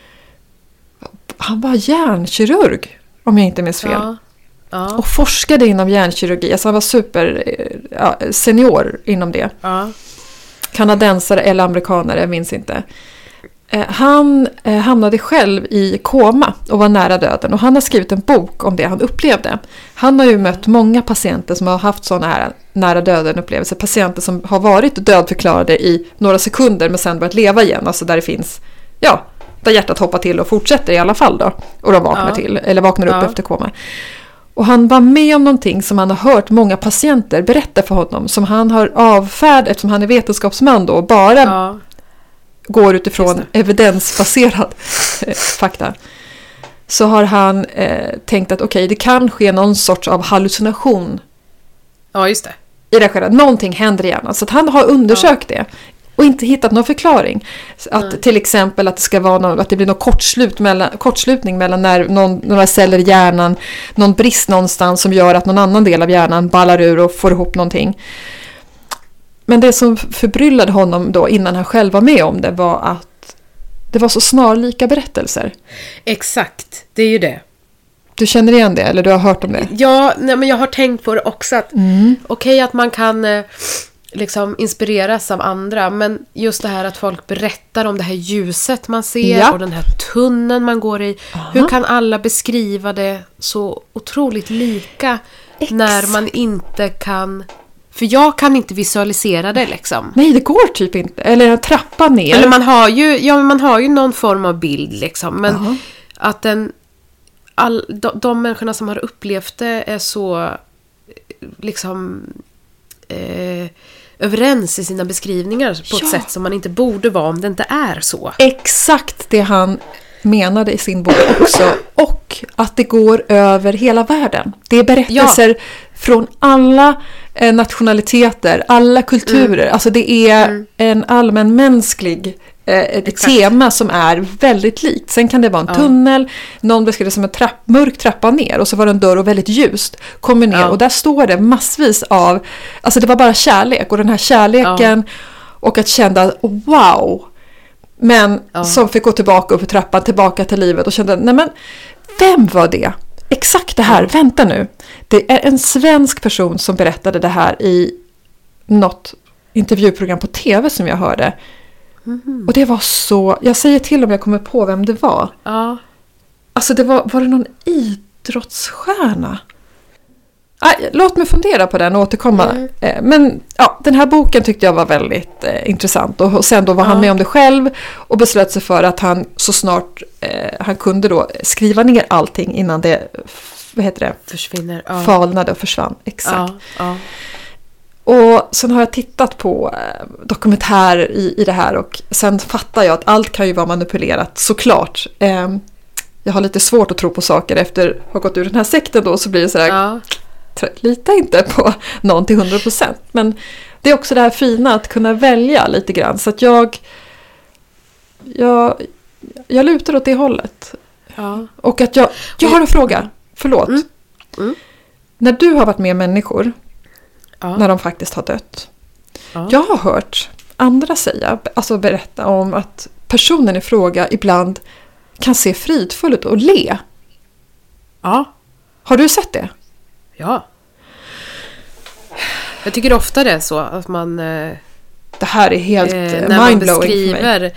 hjärnkirurg om jag inte minns fel. Och forskade inom hjärnkirurgi. Alltså han var super senior inom det. Kanadensare eller amerikanare, jag minns inte. Han hamnade själv i koma och var nära döden. Och han har skrivit en bok om det han upplevde. Han har ju mött många patienter som har haft sådana här nära döden upplevelser. Patienter som har varit dödförklarade i några sekunder men sen börjat leva igen. Alltså där det finns, där hjärtat hoppar till och fortsätter i alla fall då. Och de vaknar till, eller vaknar upp efter koma. Och han var med om någonting som han har hört många patienter berätta för honom. Som han har avfärdat, eftersom han är vetenskapsman då, och bara går utifrån evidensbaserad fakta. Så har han tänkt att okej, det kan ske någon sorts av hallucination. Ja, just det. I det skedet. Någonting händer i hjärnan. Så att han har undersökt det. Och inte hittat någon förklaring. Att till exempel att det ska vara att det blir någon kortslutning mellan några celler i hjärnan. Någon brist någonstans som gör att någon annan del av hjärnan ballar ur och får ihop någonting. Men det som förbryllade honom då innan han själv var med om det var att det var så snarlika berättelser. Exakt, det är ju det. Du känner igen det, eller du har hört om det? Ja, nej, men jag har tänkt på det också. Att, okej, att man kan liksom inspireras av andra. Men just det här att folk berättar om det här ljuset man ser och den här tunneln man går i. Hur kan alla beskriva det så otroligt lika när man inte kan... För jag kan inte visualisera det liksom. Nej, det går typ inte. Eller en trappa ner. Eller man har ju någon form av bild liksom. Men att de människorna som har upplevt det är så liksom överens i sina beskrivningar på ett sätt som man inte borde vara om det inte är så. Exakt det han menade i sin bok också. Och att det går över hela världen. Det är berättelser från alla nationaliteter, alla kulturer. Alltså det är en allmänmänsklig tema som är väldigt likt. Sen kan det vara en tunnel, någon beskriver det som en mörk trappa ner och så var det en dörr och väldigt ljust kommer ner och där står det massvis av, alltså det var bara kärlek och den här kärleken och att känna wow, men som fick gå tillbaka upp för trappan, tillbaka till livet och kände, nej men vem var det? Exakt det här, vänta nu. Det är en svensk person som berättade det här i något intervjuprogram på tv som jag hörde. Och det var så, jag säger till om jag kommer på vem det var. Ja. Alltså det var det någon idrottsstjärna? Låt mig fundera på den och återkomma. Men ja, den här boken tyckte jag var väldigt intressant. Och sen då var han med om det själv och beslöt sig för att han så snart han kunde då skriva ner allting innan det, vad heter det? Försvinner. Falnade och försvann. Exakt. Ja. Och sen har jag tittat på dokumentärer i det här och sen fattar jag att allt kan ju vara manipulerat, såklart. Jag har lite svårt att tro på saker efter att ha gått ur den här sekten då, så blir det så här, lita inte på någon till 100%. Men det är också det här fina att kunna välja lite grann, så att jag lutar åt det hållet. Ja. Och att jag har en fråga, förlåt. När du har varit med människor när de faktiskt har dött. Jag har hört andra säga, alltså berätta om att personen i fråga ibland kan se fridfull ut och le. Ja. Har du sett det? Ja. Jag tycker ofta det är så att man... det här är helt mindblowing för mig.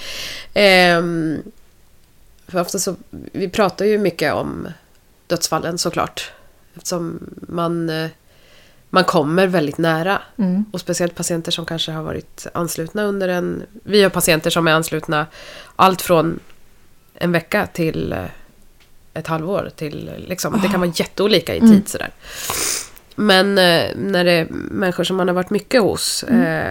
För ofta så, vi pratar ju mycket om dödsfallen såklart. Eftersom man kommer väldigt nära. Och speciellt patienter som kanske har varit anslutna under en... Vi har patienter som är anslutna allt från en vecka till ett halvår. Till, liksom, det kan vara jätteolika i tid sådär. Men när det är människor som man har varit mycket hos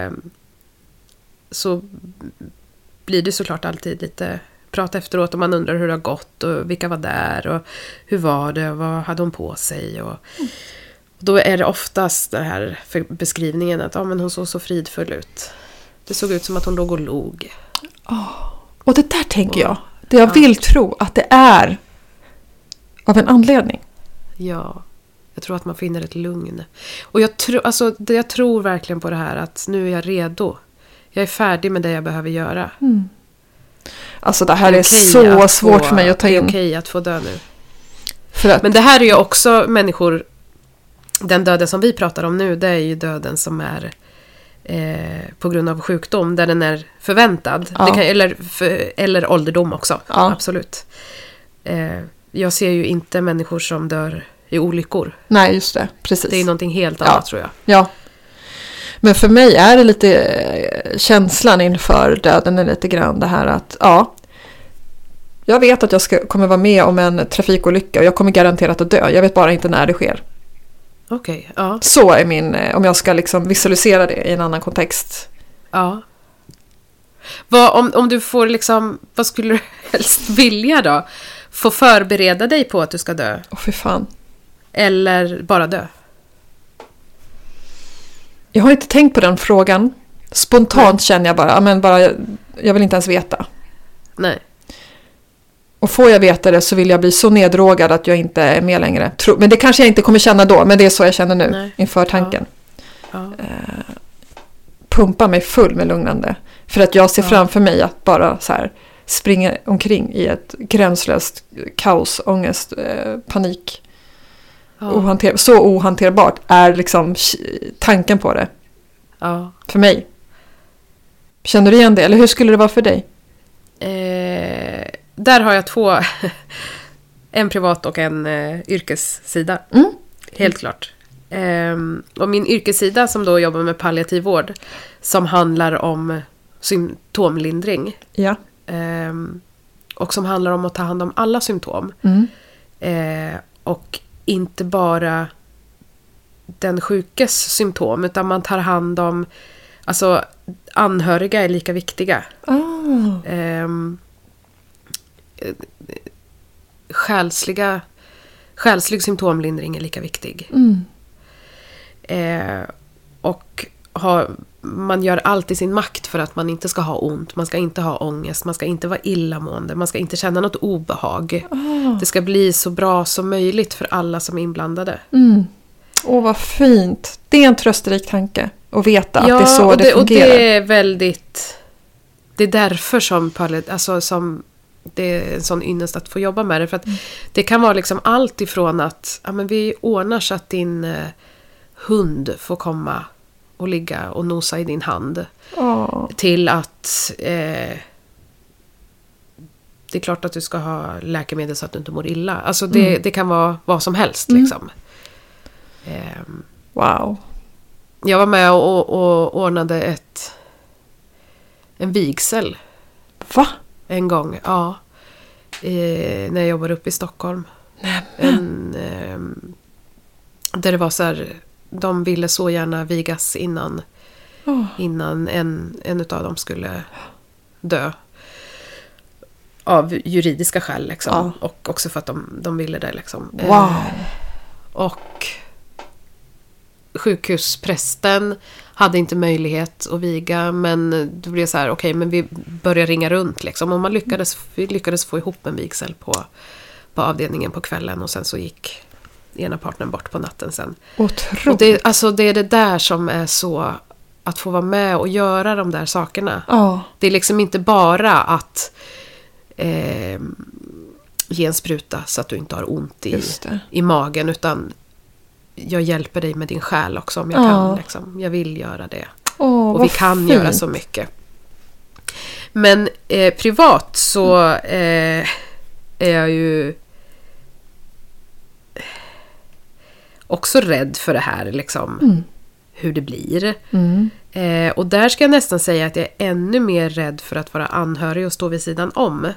så blir det såklart alltid lite prat efteråt och man undrar hur det har gått och vilka var där och hur var det och vad hade hon på sig och då är det oftast det här för beskrivningen att men hon såg så fridfull ut. Det såg ut som att hon låg och log. Och det där tänker jag. Det jag vill tro att det är av en anledning. Ja, jag tror att man finner ett lugn. Och jag tror verkligen på det här att nu är jag redo. Jag är färdig med det jag behöver göra. Alltså det här är så svårt för mig att ta in. Det är okej att få dö nu. Men det här är ju också människor, den döden som vi pratar om nu, det är ju döden som är på grund av sjukdom, där den är förväntad. Det kan, eller ålderdom också, absolut. Jag ser ju inte människor som dör i olyckor. Nej, just det, precis. Det är någonting helt annat, tror jag. Ja. Men för mig är det lite känslan inför döden är lite grann det här att jag vet att jag kommer vara med om en trafikolycka och jag kommer garanterat att dö. Jag vet bara inte när det sker. Okej, ja. Så är min, om jag ska liksom visualisera det i en annan kontext. Ja. Om du får liksom, vad skulle du helst vilja då? Få förbereda dig på att du ska dö? Fy fan. Eller bara dö? Jag har inte tänkt på den frågan. Spontant känner jag bara, jag vill inte ens veta. Nej. Och får jag veta det så vill jag bli så neddrogad att jag inte är med längre. Men det kanske jag inte kommer känna då, men det är så jag känner nu inför tanken. Pumpa mig full med lugnande. För att jag ser framför mig att bara så här springer omkring i ett gränslöst kaos, ångest, panik. Ja. Så ohanterbart är liksom tanken på det. Ja. För mig. Känner du igen det? Eller hur skulle det vara för dig? Där har jag 2. En privat och en yrkessida. Helt klart. Och min yrkessida som då jobbar med palliativ vård. Som handlar om symptomlindring. Ja. Och som handlar om att ta hand om alla symptom. Och inte bara den sjukes symptom. Utan man tar hand om... Alltså anhöriga är lika viktiga. Själslig symptomlindring är lika viktig. Och man gör allt i sin makt för att man inte ska ha ont. Man ska inte ha ångest. Man ska inte vara illamående. Man ska inte känna något obehag. Det ska bli så bra som möjligt för alla som är inblandade. Vad fint. Det är en trösterik tanke. Att veta att det är så det fungerar. Och det är väldigt... Det är därför som det är en sån ynnest att få jobba med det. För att det kan vara liksom allt ifrån att vi ordnar så att din hund får komma och ligga och nosa i din hand. Till att det är klart att du ska ha läkemedel så att du inte mår illa. Alltså det kan vara vad som helst liksom. Wow. Jag var med och ordnade en vigsel. Va? En gång, ja. När jag jobbade uppe i Stockholm. Där det var så här, de ville så gärna vigas innan en utav dem skulle dö. Av juridiska skäl liksom. Och också för att de ville det liksom. Wow. Och sjukhusprästen hade inte möjlighet att viga, men det blev så här, okej, men vi börjar ringa runt liksom, och vi lyckades få ihop en vigsel på avdelningen på kvällen, och sen så gick ena partnern bort på natten sen. Otroligt. Och det är det där som är så, att få vara med och göra de där sakerna. Det är liksom inte bara att ge en spruta så att du inte har ont i magen, utan jag hjälper dig med din själ också om jag kan. Liksom. Jag vill göra det. Och vi kan fint. Göra så mycket. Men privat så är jag ju också rädd för det här. Liksom, hur det blir. Och där ska jag nästan säga att jag är ännu mer rädd för att vara anhörig och stå vid sidan om.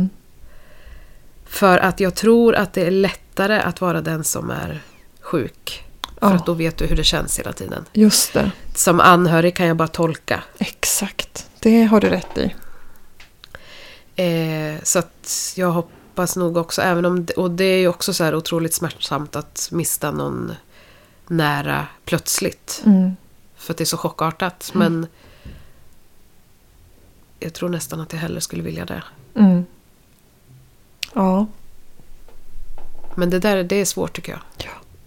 För att jag tror att det är lättare att vara den som är sjuk. För att då vet du hur det känns hela tiden. Just det. Som anhörig kan jag bara tolka. Exakt. Det har du rätt i. Så att jag hoppas nog också, även om och det är ju också så här otroligt smärtsamt att mista någon nära plötsligt. För att det är så chockartat. Men jag tror nästan att jag hellre skulle vilja det. Ja. Men det är svårt tycker jag. Ja.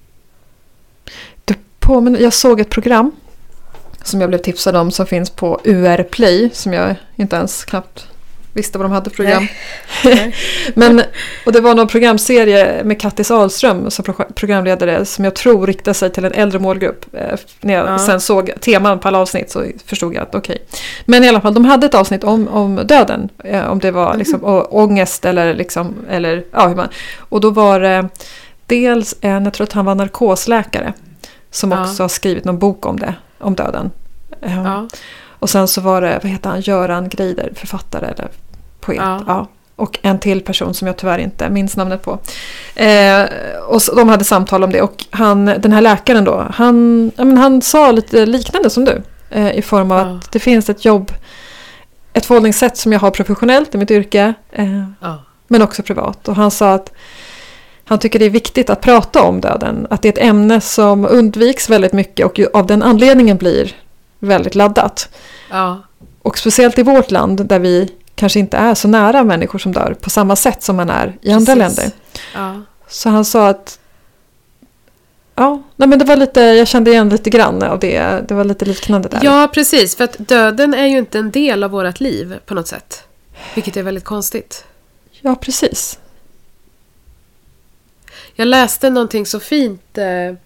Jag såg ett program som jag blev tipsad om som finns på UR Play, som jag inte ens knappt visste vad de hade program. Nej. Och det var någon programserie med Kattis Ahlström som programledare, som jag tror riktar sig till en äldre målgrupp. När jag sen såg teman på alla avsnitt så förstod jag att okej. Men i alla fall, de hade ett avsnitt om döden. Om det var liksom ångest eller liksom, eller ja, hur man. Och då var det dels jag tror att han var narkosläkare som också har skrivit någon bok om det, om döden. Och sen så var det, vad heter han, Göran Greider, författare eller poet. Och en till person som jag tyvärr inte minns namnet på. Och så, de hade samtal om det, och den här läkaren då, han sa lite liknande som du, i form av att det finns ett förhållningssätt som jag har professionellt i mitt yrke, men också privat. Och han sa att han tycker det är viktigt att prata om döden, att det är ett ämne som undviks väldigt mycket och av den anledningen blir väldigt laddat. Och speciellt i vårt land där vi kanske inte är så nära människor som dör på samma sätt som man är i andra länder. Så han sa att men det var lite, jag kände igen lite grann av det. Det var lite liknande där. Ja, precis. För att döden är ju inte en del av vårt liv på något sätt. Vilket är väldigt konstigt. Ja, precis. Jag läste någonting så fint.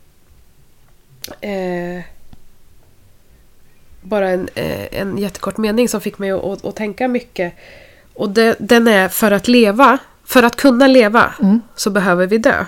Bara en jättekort mening som fick mig att tänka mycket. Och den är för att kunna leva så behöver vi dö.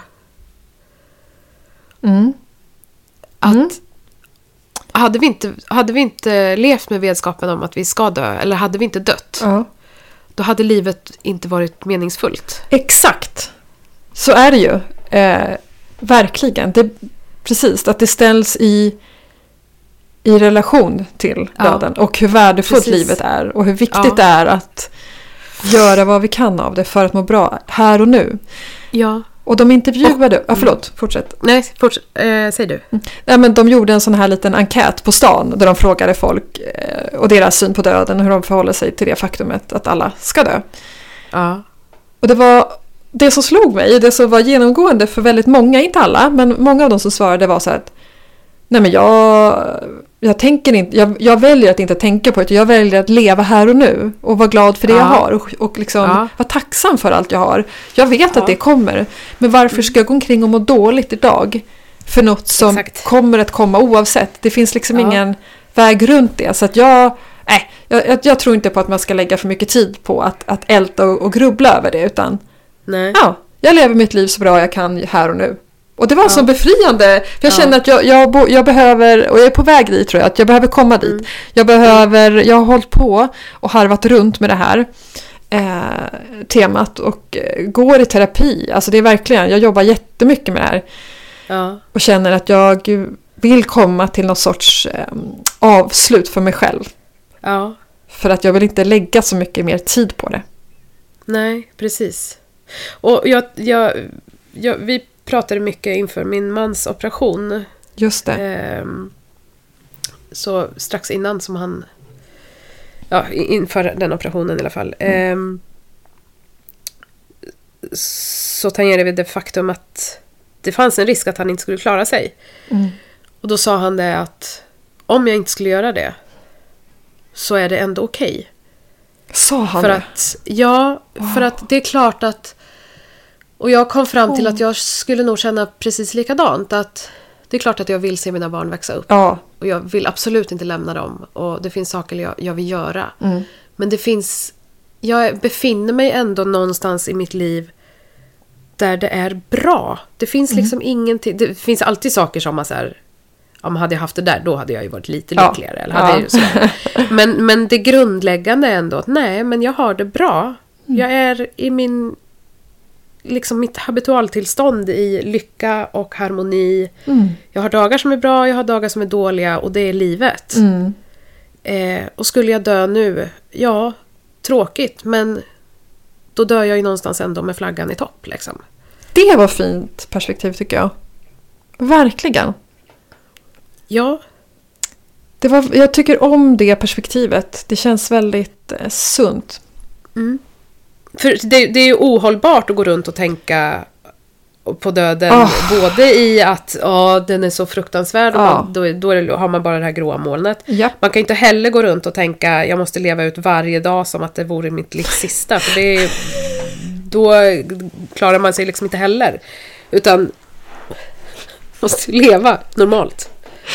Att hade vi inte levt med vetskapen om att vi ska dö, eller hade vi inte dött, då hade livet inte varit meningsfullt. Exakt. Så är det ju. Verkligen. Precis, att det ställs i relation till döden och hur värdefullt livet är och hur viktigt det är att göra vad vi kan av det för att må bra här och nu. Ja. Och de intervjuade... förlåt, fortsätt. Nej, säg du. Nej, men de gjorde en sån här liten enkät på stan där de frågade folk och deras syn på döden och hur de förhåller sig till det faktumet att alla ska dö. Ja. Och det som slog mig, det som var genomgående för väldigt många, inte alla, men många av dem som svarade var så här att nej, men jag tänker inte, jag väljer att inte tänka på det, jag väljer att leva här och nu och vara glad för det jag har och liksom vara tacksam för allt jag har. Jag vet att det kommer, men varför ska jag gå omkring och må dåligt idag för något som kommer att komma oavsett? Det finns liksom ingen väg runt det, så att jag tror inte på att man ska lägga för mycket tid på att älta och grubbla över det, utan jag lever mitt liv så bra jag kan här och nu. Och det var så befriande. För jag känner att jag behöver, och jag är på väg dit tror jag, att jag behöver komma dit. Jag har hållit på och harvat runt med det här temat och går i terapi. Alltså det är verkligen, jag jobbar jättemycket med det här. Ja. Och känner att jag vill komma till någon sorts avslut för mig själv. Ja. För att jag vill inte lägga så mycket mer tid på det. Nej, precis. Och vi pratade mycket inför min mans operation. Just det. Så strax innan som han... Ja, inför den operationen i alla fall. Så tangerade vi det faktum att det fanns en risk att han inte skulle klara sig. Och då sa han det att om jag inte skulle göra det så är det ändå okej. Sa han för det? Att, ja, för att det är klart att... Och jag kom fram till att jag skulle nog känna precis likadant. Att det är klart att jag vill se mina barn växa upp. Ja. Och jag vill absolut inte lämna dem. Och det finns saker jag vill göra. Men det finns... Jag befinner mig ändå någonstans i mitt liv där det är bra. Det finns liksom ingenting... Det finns alltid saker som man så här... Om hade jag haft det där, då hade jag ju varit lite lyckligare. Eller hade jag ju sådär. Men det grundläggande är ändå att nej, men jag har det bra. Jag är i liksom mitt habitualtillstånd i lycka och harmoni. Jag har dagar som är bra, jag har dagar som är dåliga, och det är livet. Och skulle jag dö nu, ja, tråkigt, men då dör jag ju någonstans ändå med flaggan i topp liksom. Det var fint perspektiv tycker jag. Verkligen. Ja. Jag tycker om det perspektivet. Det känns väldigt sunt. För det är ju ohållbart att gå runt och tänka på döden. Både i att den är så fruktansvärd. Och då har man bara det här gråa molnet. Yep. Man kan inte heller gå runt och tänka jag måste leva ut varje dag som att det vore mitt livs sista. För då klarar man sig liksom inte heller. Utan måste leva normalt.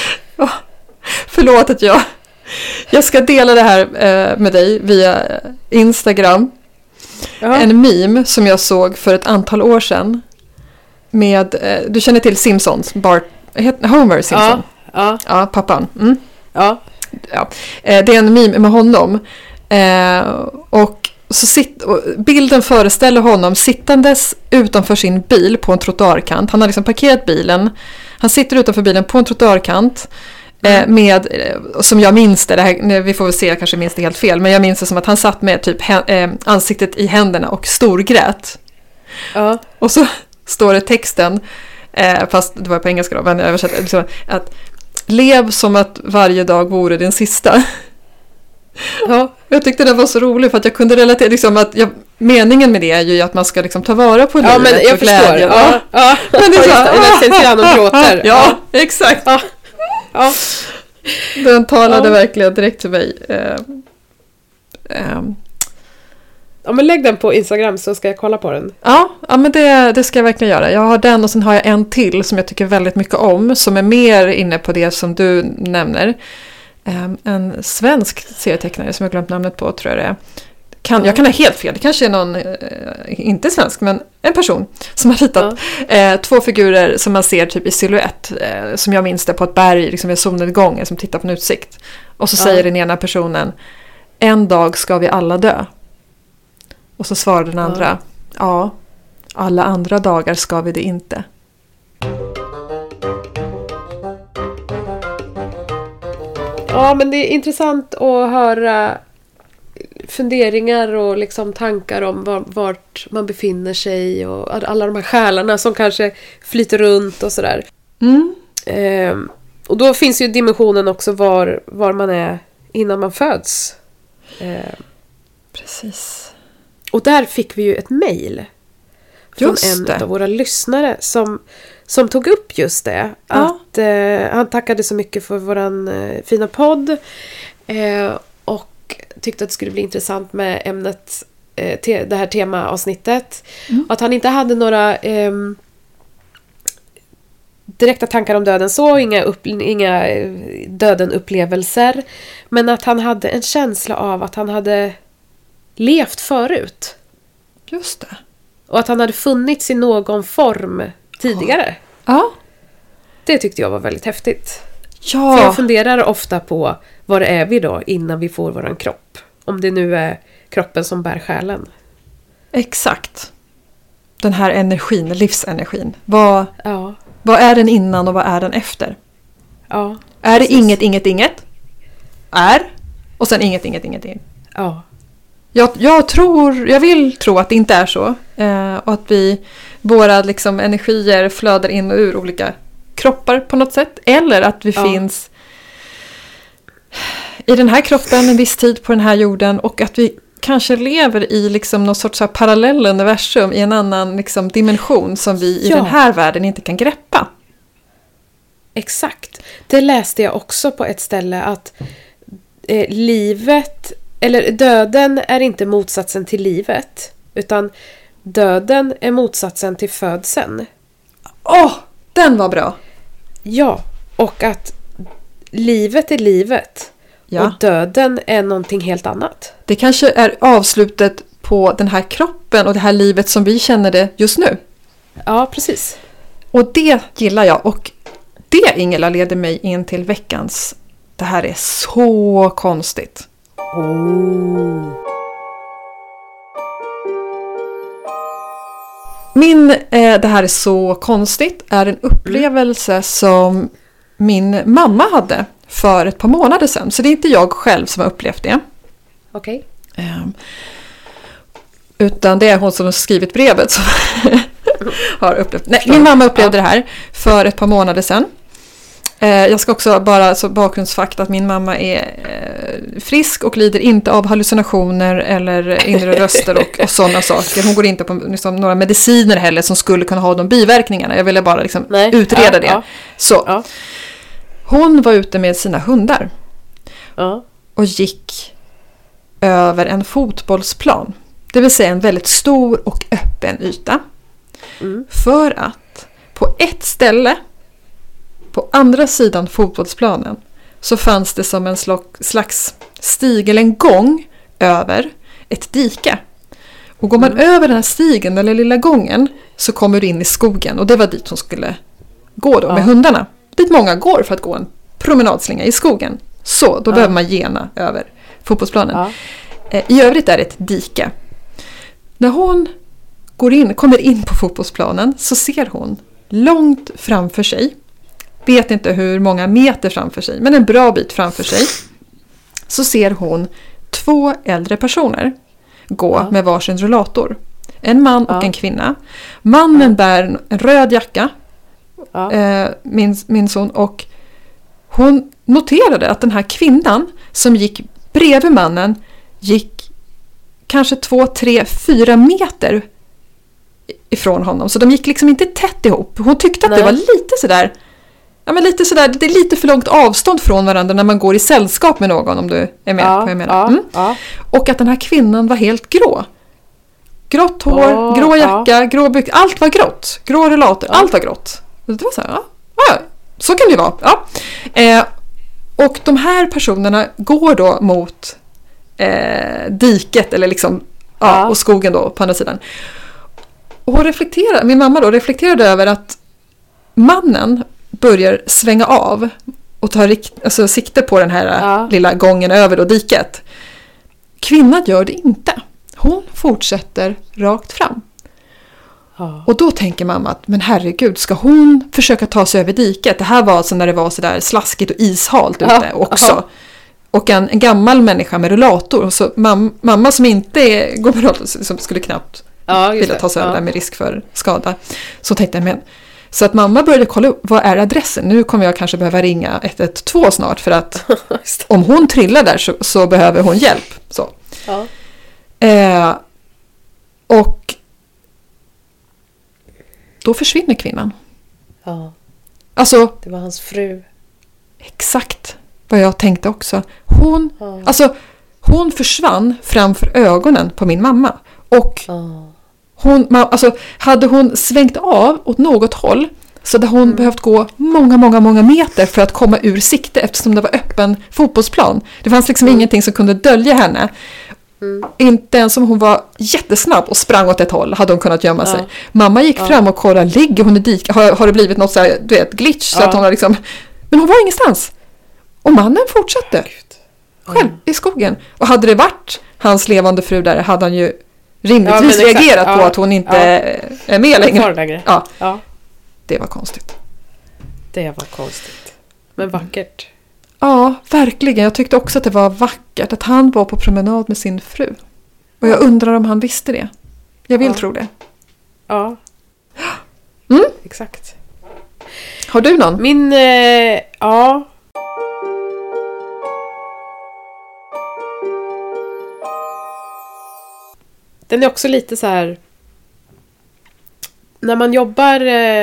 Förlåt att jag ska dela det här med dig via Instagram. En meme som jag såg för ett antal år sedan med, du känner till Simpsons, Homer Simpson. Ja, pappan. Ja. Det är en meme med honom. Och bilden föreställer honom sittandes utanför sin bil på en trottoarkant. Han har liksom parkerat bilen. Han sitter utanför bilen på en trottoarkant med, som jag minns det här, vi får väl se, jag kanske minns det helt fel, men jag minns det som att han satt med typ ansiktet i händerna och storgrät. Och så står det texten, fast det var på engelska då, men jag översätter liksom, att lev som att varje dag vore din sista. Jag tyckte det var så roligt för att jag kunde relatera liksom att meningen med det är ju att man ska liksom ta vara på livet men jag och glädjen. Men det är så. Ja, exakt. Den talade verkligen direkt till mig. Ja, men lägg den på Instagram så ska jag kolla på den. Ja, men det ska jag verkligen göra. Jag har den och sen har jag en till som jag tycker väldigt mycket om. Som är mer inne på det som du nämner. En svensk serietecknare som jag glömt namnet på, tror jag det är. Jag kan ha helt fel. Det kanske är någon, inte svensk, men en person som har ritat 2 figurer som man ser typ i silhuett. Som jag minns det på ett berg liksom vid solnedgången som tittar på en utsikt. Och så säger den ena personen: en dag ska vi alla dö. Och så svarar den andra: ja, alla andra dagar ska vi det inte. Ja, men det är intressant att höra funderingar och liksom tankar om vart man befinner sig och alla de här själarna som kanske flyter runt och sådär. Och då finns ju dimensionen också var man är innan man föds. Precis. Och där fick vi ju ett mejl från en av våra lyssnare som tog upp just det. Att han tackade så mycket för våran fina podd. Och tyckte att det skulle bli intressant med ämnet, det här temaavsnittet. Och att han inte hade några direkta tankar om döden så, inga döden-upplevelser. Men att han hade en känsla av att han hade levt förut. Just det. Och att han hade funnits i någon form tidigare. Ja. Det tyckte jag var väldigt häftigt. Ja. För jag funderar ofta på var är vi då innan vi får våran kropp. Om det nu är kroppen som bär själen. Exakt. Den här energin, livsenergin. Vad är den innan och vad är den efter? Ja. Är det inget? Och sen inget. Ja. Jag vill tro att det inte är så. Och att våra liksom energier flödar in och ur olika kroppar på något sätt. Eller att vi finns i den här kroppen en viss tid på den här jorden. Och att vi kanske lever i liksom någon sorts parallell universum i en annan liksom dimension som vi i den här världen inte kan greppa. Exakt. Det läste jag också på ett ställe att livet, eller döden är inte motsatsen till livet, utan döden är motsatsen till födseln. Den var bra. Ja, och att livet är livet och döden är någonting helt annat. Det kanske är avslutet på den här kroppen och det här livet som vi känner det just nu. Ja, precis. Och det gillar jag. Och det, Ingela, leder mig in till veckans. Det här är så konstigt. Det här är så konstigt är en upplevelse som min mamma hade för ett par månader sedan. Så det är inte jag själv som har upplevt det. Okej. Utan det är hon som har skrivit brevet som har upplevt. Nej, min mamma upplevde det här för ett par månader sedan. Jag ska också bara så bakgrundsfakta att min mamma är frisk och lider inte av hallucinationer eller inre röster och sådana saker. Hon går inte på liksom, några mediciner heller som skulle kunna ha de biverkningarna. Jag ville bara liksom, utreda det. Så. Hon var ute med sina hundar och gick över en fotbollsplan. Det vill säga en väldigt stor och öppen yta. För att på ett ställe på andra sidan fotbollsplanen så fanns det som en slags stig eller en gång över ett dike. Och går man över den här stigen eller lilla gången så kommer du in i skogen. Och det var dit hon skulle gå då med hundarna. Dit många går för att gå en promenadslinga i skogen. Så, då behöver man gena över fotbollsplanen. I övrigt är det ett dike. När hon kommer in på fotbollsplanen så ser hon långt framför sig, vet inte hur många meter framför sig, men en bra bit framför sig, så ser hon 2 äldre personer gå med varsin rullator. En man och en kvinna. Mannen bär en röd jacka, min son, och hon noterade att den här kvinnan som gick bredvid mannen gick kanske 2, 3, 4 meter ifrån honom. Så de gick liksom inte tätt ihop. Hon tyckte att det var lite sådär, det är lite för långt avstånd från varandra när man går i sällskap med någon, om du är med på vad jag menar. Och att den här kvinnan var helt grå. Grått hår, grå jacka, grå byxor. Allt var grått. Grå rullator, allt var grått. Det var så här, så kan det ju vara. Ja. Och de här personerna går då mot diket eller liksom, och skogen då på andra sidan. Och min mamma då reflekterade över att mannen börjar svänga av och tar sikte på den här lilla gången över då diket. Kvinnan gör det inte. Hon fortsätter rakt fram. Ja. Och då tänker mamma att, men herregud, ska hon försöka ta sig över diket? Det här var alltså när det var så där slaskigt och ishalt ute också. Ja. Och en gammal människa med rullator. Och så mamma som inte går med rullator, som skulle knappt vilja ta sig över där med risk för skada. Så tänkte jag, men... Så att mamma började kolla upp, vad är adressen? Nu kommer jag kanske behöva ringa 112 snart, för att om hon trillar där så behöver hon hjälp. Så. Ja. Och då försvinner kvinnan. Ja. Alltså, det var hans fru. Exakt vad jag tänkte också. Hon försvann framför ögonen på min mamma. Och hade hon svängt av åt något håll, så hade hon behövt gå många meter för att komma ur sikte, eftersom det var öppen fotbollsplan. Det fanns liksom ingenting som kunde dölja henne. Inte ens om hon var jättesnabb och sprang åt ett håll hade hon kunnat gömma sig. Mamma gick fram och kollade, ligger hon i diket? Har det blivit något så här, du vet, glitch? Så att hon har liksom... Men hon var ingenstans. Och mannen fortsatte själv i skogen. Och hade det varit hans levande fru där, hade han ju rimligtvis reagerat på att hon inte är med längre. Ja. Det var konstigt. Det var konstigt. Men vackert. Ja, verkligen. Jag tyckte också att det var vackert att han var på promenad med sin fru. Och jag undrar om han visste det. Jag vill tro det. Ja. Exakt. Har du någon? Min, Den är också lite så här... När man jobbar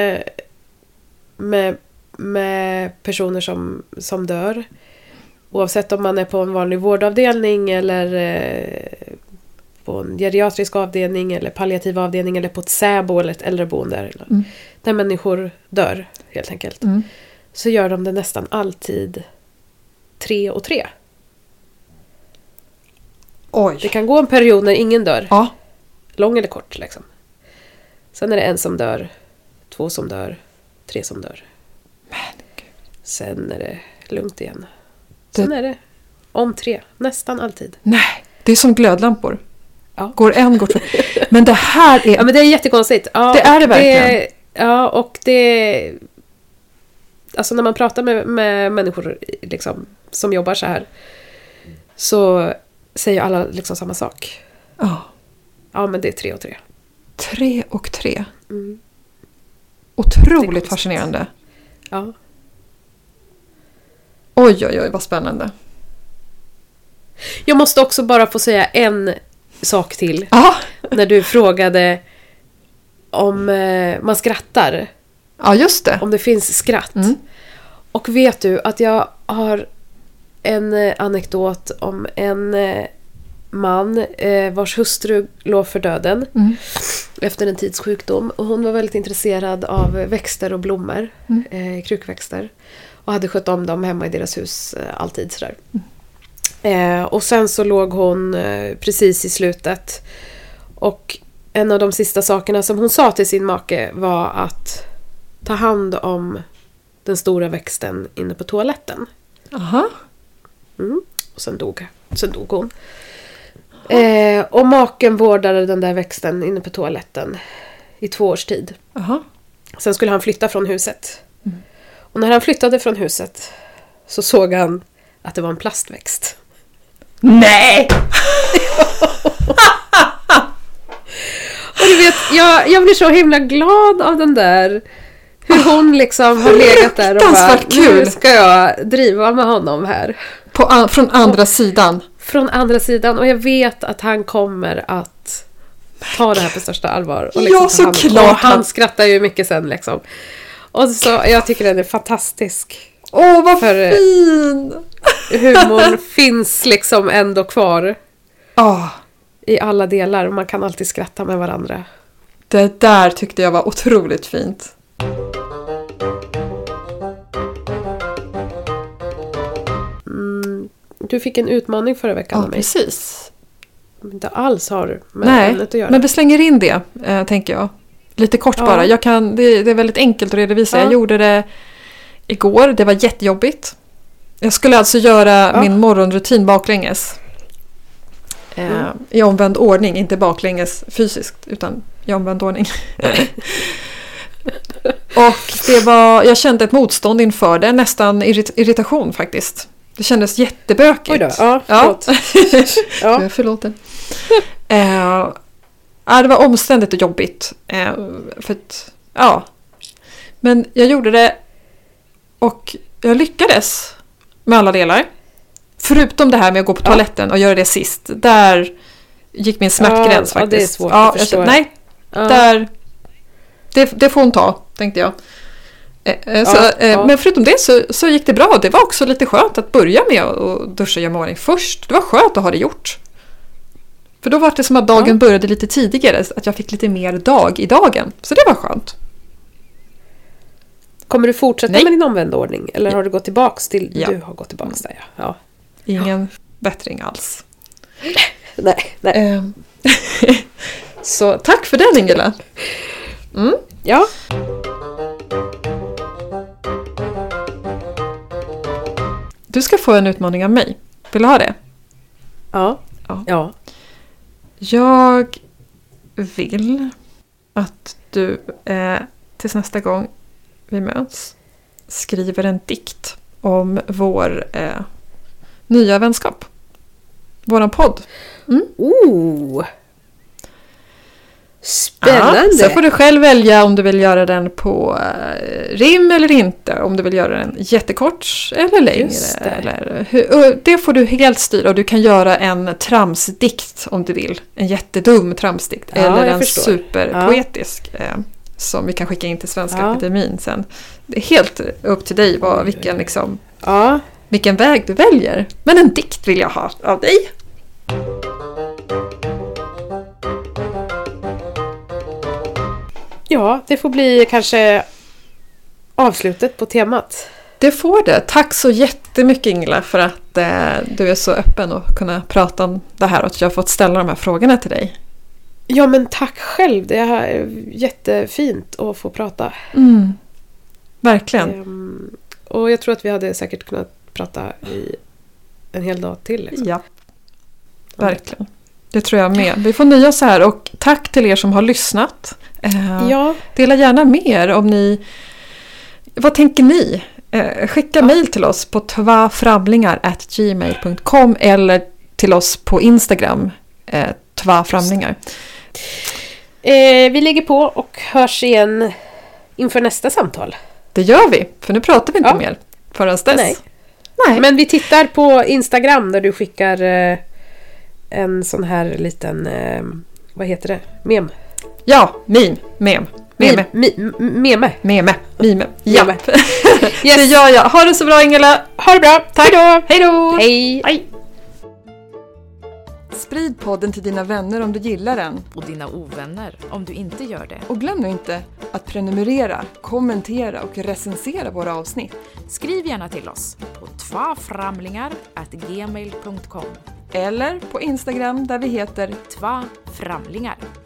med personer som dör, oavsett om man är på en vanlig vårdavdelning eller på en geriatrisk avdelning eller palliativ avdelning eller på ett säbo eller ett äldreboende där människor dör helt enkelt, så gör de det nästan alltid 3 och 3. Oj. Det kan gå en period när ingen dör. Ja. Lång eller kort liksom. Sen är det 1 som dör, 2 som dör, 3 som dör. Men Gud. Sen är det lugnt igen. Sen är det om 3, nästan alltid. Nej, det är som glödlampor. Ja. Går 2. Men det här är... Ja, men det är jättekonstigt. Ja, det är det verkligen. Och det... Alltså när man pratar med människor liksom, som jobbar så här, så säger alla liksom samma sak. Ja. Ja, men det är 3 och 3. 3 och 3. Otroligt fascinerande. Ja. Oj, vad spännande. Jag måste också bara få säga en sak till. Ja. När du frågade om man skrattar. Ja, just det. Om det finns skratt. Och vet du att jag har en anekdot om en man vars hustru låg för döden efter en tids sjukdom. Och hon var väldigt intresserad av växter och blommor, krukväxter. Och hade skött om dem hemma i deras hus alltid sådär. Och sen så låg hon precis i slutet. Och en av de sista sakerna som hon sa till sin make var att ta hand om den stora växten inne på toaletten. Aha. Och sen dog hon. Och maken vårdade den där växten inne på toaletten i 2 års tid. Aha. Sen skulle han flytta från huset. Och när han flyttade från huset så såg han att det var en plastväxt. Nej! Och du vet, jag blir så himla glad av den där. Hur hon liksom har legat där och bara, nu ska jag driva med honom här. Från andra sidan. Från andra sidan. Och jag vet att han kommer att ta det här på största allvar. Och liksom såklart. Och han skrattar ju mycket sen liksom. Och så, jag tycker den är fantastisk. Vad fin! Humorn finns liksom ändå kvar. i alla delar. Man kan alltid skratta med varandra. Det där tyckte jag var otroligt fint. Du fick en utmaning förra veckan av mig. Precis. Som inte alls har med ämnet att göra. Men vi slänger in det, tänker jag. Lite kort bara. Det är väldigt enkelt att redovisa. Jag gjorde det igår. Det var jättejobbigt. Jag skulle alltså göra min morgonrutin baklänges. I omvänd ordning. Inte baklänges fysiskt, utan i omvänd ordning. Och jag kände ett motstånd inför det. Nästan irritation faktiskt. Det kändes jättebökigt. Oj då, förlåt. Jag är förlåten. Det var omständigt och jobbigt. Men jag gjorde det och jag lyckades med alla delar. Förutom det här med att gå på toaletten och göra det sist. Där gick min smärtgräns faktiskt. Det är svårt att förstå. Det får hon ta, tänkte jag. Men förutom det så gick det bra. Det var också lite skönt att börja med att duscha och göra morgon först. Det var skönt att ha det gjort. För då var det som att dagen började lite tidigare. Att jag fick lite mer dag i dagen. Så det var skönt. Kommer du fortsätta med din omvända ordning? Eller har du gått tillbaks till... Du har gått tillbaks där, ja. Ingen bättring alls. Nej. Så tack för den, Ingela. Ja. Du ska få en utmaning av mig. Vill du ha det? Ja. Jag vill att du tills nästa gång vi möts skriver en dikt om vår nya vänskap. Våran podd. Spännande. Så får du själv välja om du vill göra den på rim eller inte. Om du vill göra den jättekort eller längre. Det får du helt styra. Och du kan göra en tramsdikt om du vill. En jättedum tramsdikt. Eller en superpoetisk. Som vi kan skicka in till Svenska Akademin sen. Det är helt upp till dig vilken väg du väljer. Men en dikt vill jag ha av dig. Ja, det får bli kanske avslutet på temat. Det får det. Tack så jättemycket, Ingela, för att du är så öppen och kunna prata om det här och att jag har fått ställa de här frågorna till dig. Ja, men tack själv. Det är jättefint att få prata. Verkligen. Och jag tror att vi hade säkert kunnat prata i en hel dag till. Ja, verkligen. Det tror jag med. Vi får nöja oss här och tack till er som har lyssnat. Dela gärna mer om ni... Vad tänker ni? Skicka mejl till oss på tvaframlingar@gmail.com eller till oss på Instagram tvaframlingar. Vi lägger på och hörs igen inför nästa samtal. Det gör vi, för nu pratar vi inte mer förrän dess. Nej. Men vi tittar på Instagram där du skickar en sån här liten, vad heter det? Mem. Ja, meme. Ja. Yes. Det gör jag. Ha det så bra, Ingela. Ha det bra. Tack. Hej då. Hej. Sprid podden till dina vänner om du gillar den. Och dina ovänner om du inte gör det. Och glöm nu inte att prenumerera, kommentera och recensera våra avsnitt. Skriv gärna till oss på tvaframlingar@gmail.com eller på Instagram där vi heter tvaframlingar.